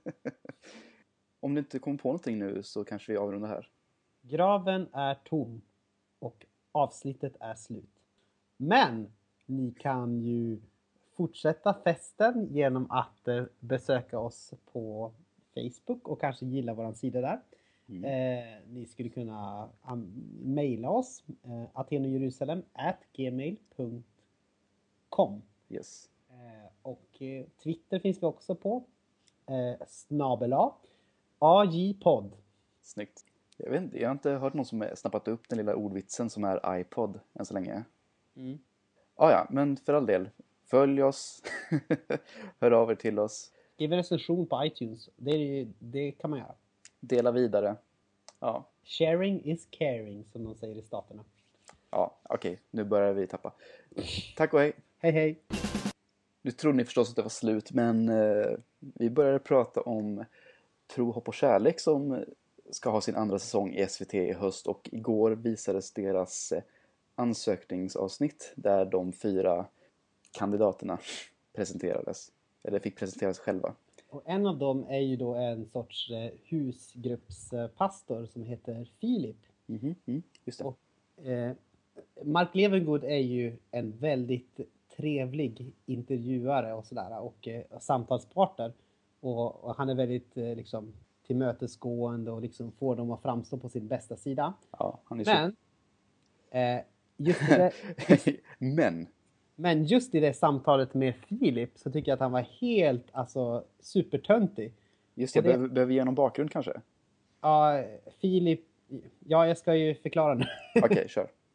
Om du inte kommer på någonting nu så kanske vi avrundar här. Graven är tom och avsnittet är slut. Men ni kan ju fortsätta festen genom att eh, besöka oss på Facebook och kanske gilla våran sida där. Mm. Eh, ni skulle kunna um, mejla oss eh, athenojerusalem at gmail punkt com. Yes. Eh, och eh, Twitter finns vi också på. Eh, snabela A J podd. Snyggt. Jag vet inte, jag har inte hört någon som har snappat upp den lilla ordvitsen som är iPod än så länge. Mm. Ah, ja, men för all del. Följ oss. Hör av er till oss. Skriv en recension på iTunes. Det, det kan man göra. Dela vidare. Ja. Sharing is caring, som de säger i staterna. Ja, okej. Okay. Nu börjar vi tappa. Tack och hej. Hej, hej. Nu trodde ni förstås att det var slut, men eh, vi började prata om Tro, hopp och kärlek som ska ha sin andra säsong i S V T i höst. Och igår visades deras eh, ansökningsavsnitt där de fyra kandidaterna presenterades. Eller fick presenteras själva. Och en av dem är ju då en sorts eh, husgruppspastor som heter Filip. Mm-hmm. Mm, just det. Och, eh, Mark Levengood är ju en väldigt trevlig intervjuare och sådär. Och eh, samtalspartner. Och, och han är väldigt eh, liksom tillmötesgående och liksom får dem att framstå på sin bästa sida. Ja, han är Men, eh, just det, just, Men... Men just i det samtalet med Filip så tycker jag att han var helt alltså supertöntig. Just det, det... behöver, behöver vi ge någon bakgrund kanske? Ja, Filip... Ja, jag ska ju förklara nu. Okej, okay, kör.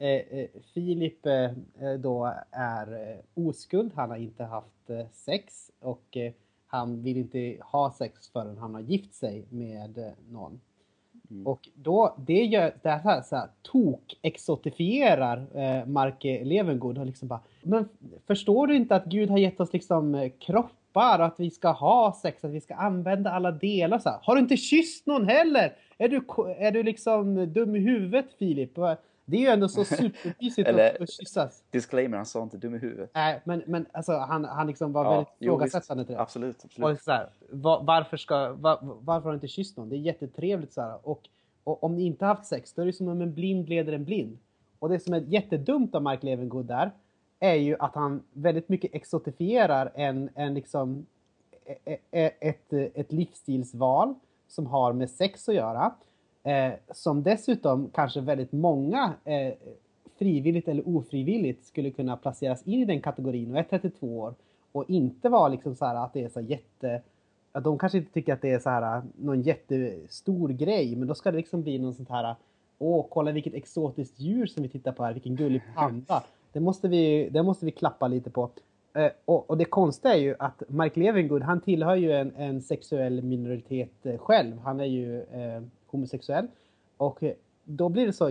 eh, eh, Filip eh, då är eh, oskuld. Han har inte haft eh, sex och eh, han vill inte ha sex förrän han har gift sig med eh, någon. Mm. Och då, det gör det här, så här tok-exotifierar eh, Mark Levengood och liksom bara, men förstår du inte att Gud har gett oss liksom kroppar, att vi ska ha sex, att vi ska använda alla delar så här. Har du inte kysst någon heller? Är du, är du liksom dum i huvudet, Filip? Det är ju ändå så superfysiskt att, att kyssas. Disclaimer, han sa inte dum i huvudet. Nej, men, men alltså, han, han liksom var ja, väldigt ifrågasättande till det. Absolut, absolut. Och så här, var, varför, ska, var, varför har du inte kysst någon? Det är jättetrevligt så här. Och, och om ni inte haft sex, då är det som om en blind leder en blind. Och det som är jättedumt av Mark Levengood där är ju att han väldigt mycket exotifierar en, en liksom, ett, ett, ett livsstilsval som har med sex att göra. Eh, som dessutom kanske väldigt många eh, frivilligt eller ofrivilligt skulle kunna placeras in i den kategorin och är trettiotvå år och inte vara liksom så här att det är så jätte, att de kanske inte tycker att det är så här någon jättestor grej, men då ska det liksom bli någon sånt här, åh, kolla vilket exotiskt djur som vi tittar på här, vilken gullig panda. Det måste vi, det måste vi klappa lite på. Eh, och, och det konstiga är ju att Mark Levengood, han tillhör ju en, en sexuell minoritet eh, själv. Han är ju eh, homosexuell. Och eh, då blir det så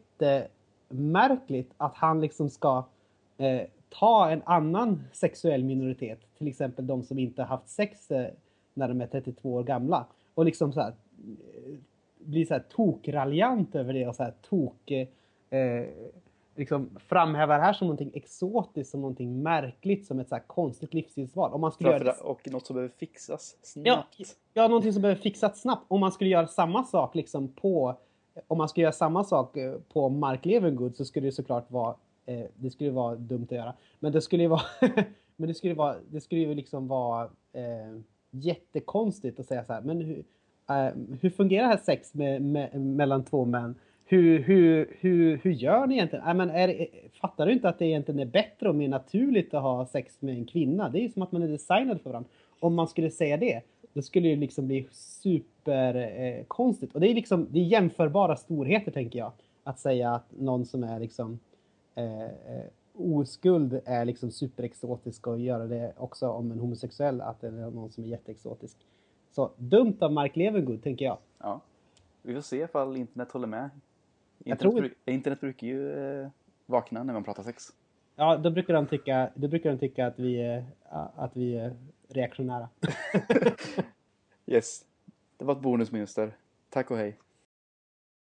jättemärkligt att han liksom ska eh, ta en annan sexuell minoritet. Till exempel de som inte haft sex eh, när de är trettiotvå år gamla. Och liksom så här, eh, blir så här tokraljant över det och så här tok... Eh, liksom framhävar det här som någonting exotiskt, som någonting märkligt, som ett så här konstigt livsstilsval. Om man skulle göra det... Och något som behöver fixas snabbt. Ja, ja, någonting som behöver fixas snabbt. Om man skulle göra samma sak liksom på... Om man skulle göra samma sak på Mark Levengood så skulle det såklart vara... Eh, det skulle vara dumt att göra. Men det skulle ju vara... men det skulle vara... Det skulle ju liksom vara eh, jättekonstigt att säga så här. Men hur, eh, hur fungerar det här sex med, med, mellan två män? Hur, hur, hur, hur gör ni egentligen? I men är, fattar du inte att det egentligen är bättre och mer naturligt att ha sex med en kvinna? Det är ju som att man är designad för varandra. Om man skulle säga det, då skulle det liksom bli super eh, konstigt. Och det är liksom, det är jämförbara storheter, tänker jag. Att säga att någon som är liksom eh, oskuld är liksom superexotisk, och göra det också om en homosexuell, att det är någon som är jätteexotisk. Så dumt av Mark Levengood, tänker jag. Ja, vi får se ifall internet håller med. Jag Internet, tror... bruk, internet brukar ju eh, vakna när man pratar sex. Ja, då brukar de tycka, då brukar de tycka att vi är, att vi är reaktionära. Yes, det var ett bonusmönster. Tack och hej.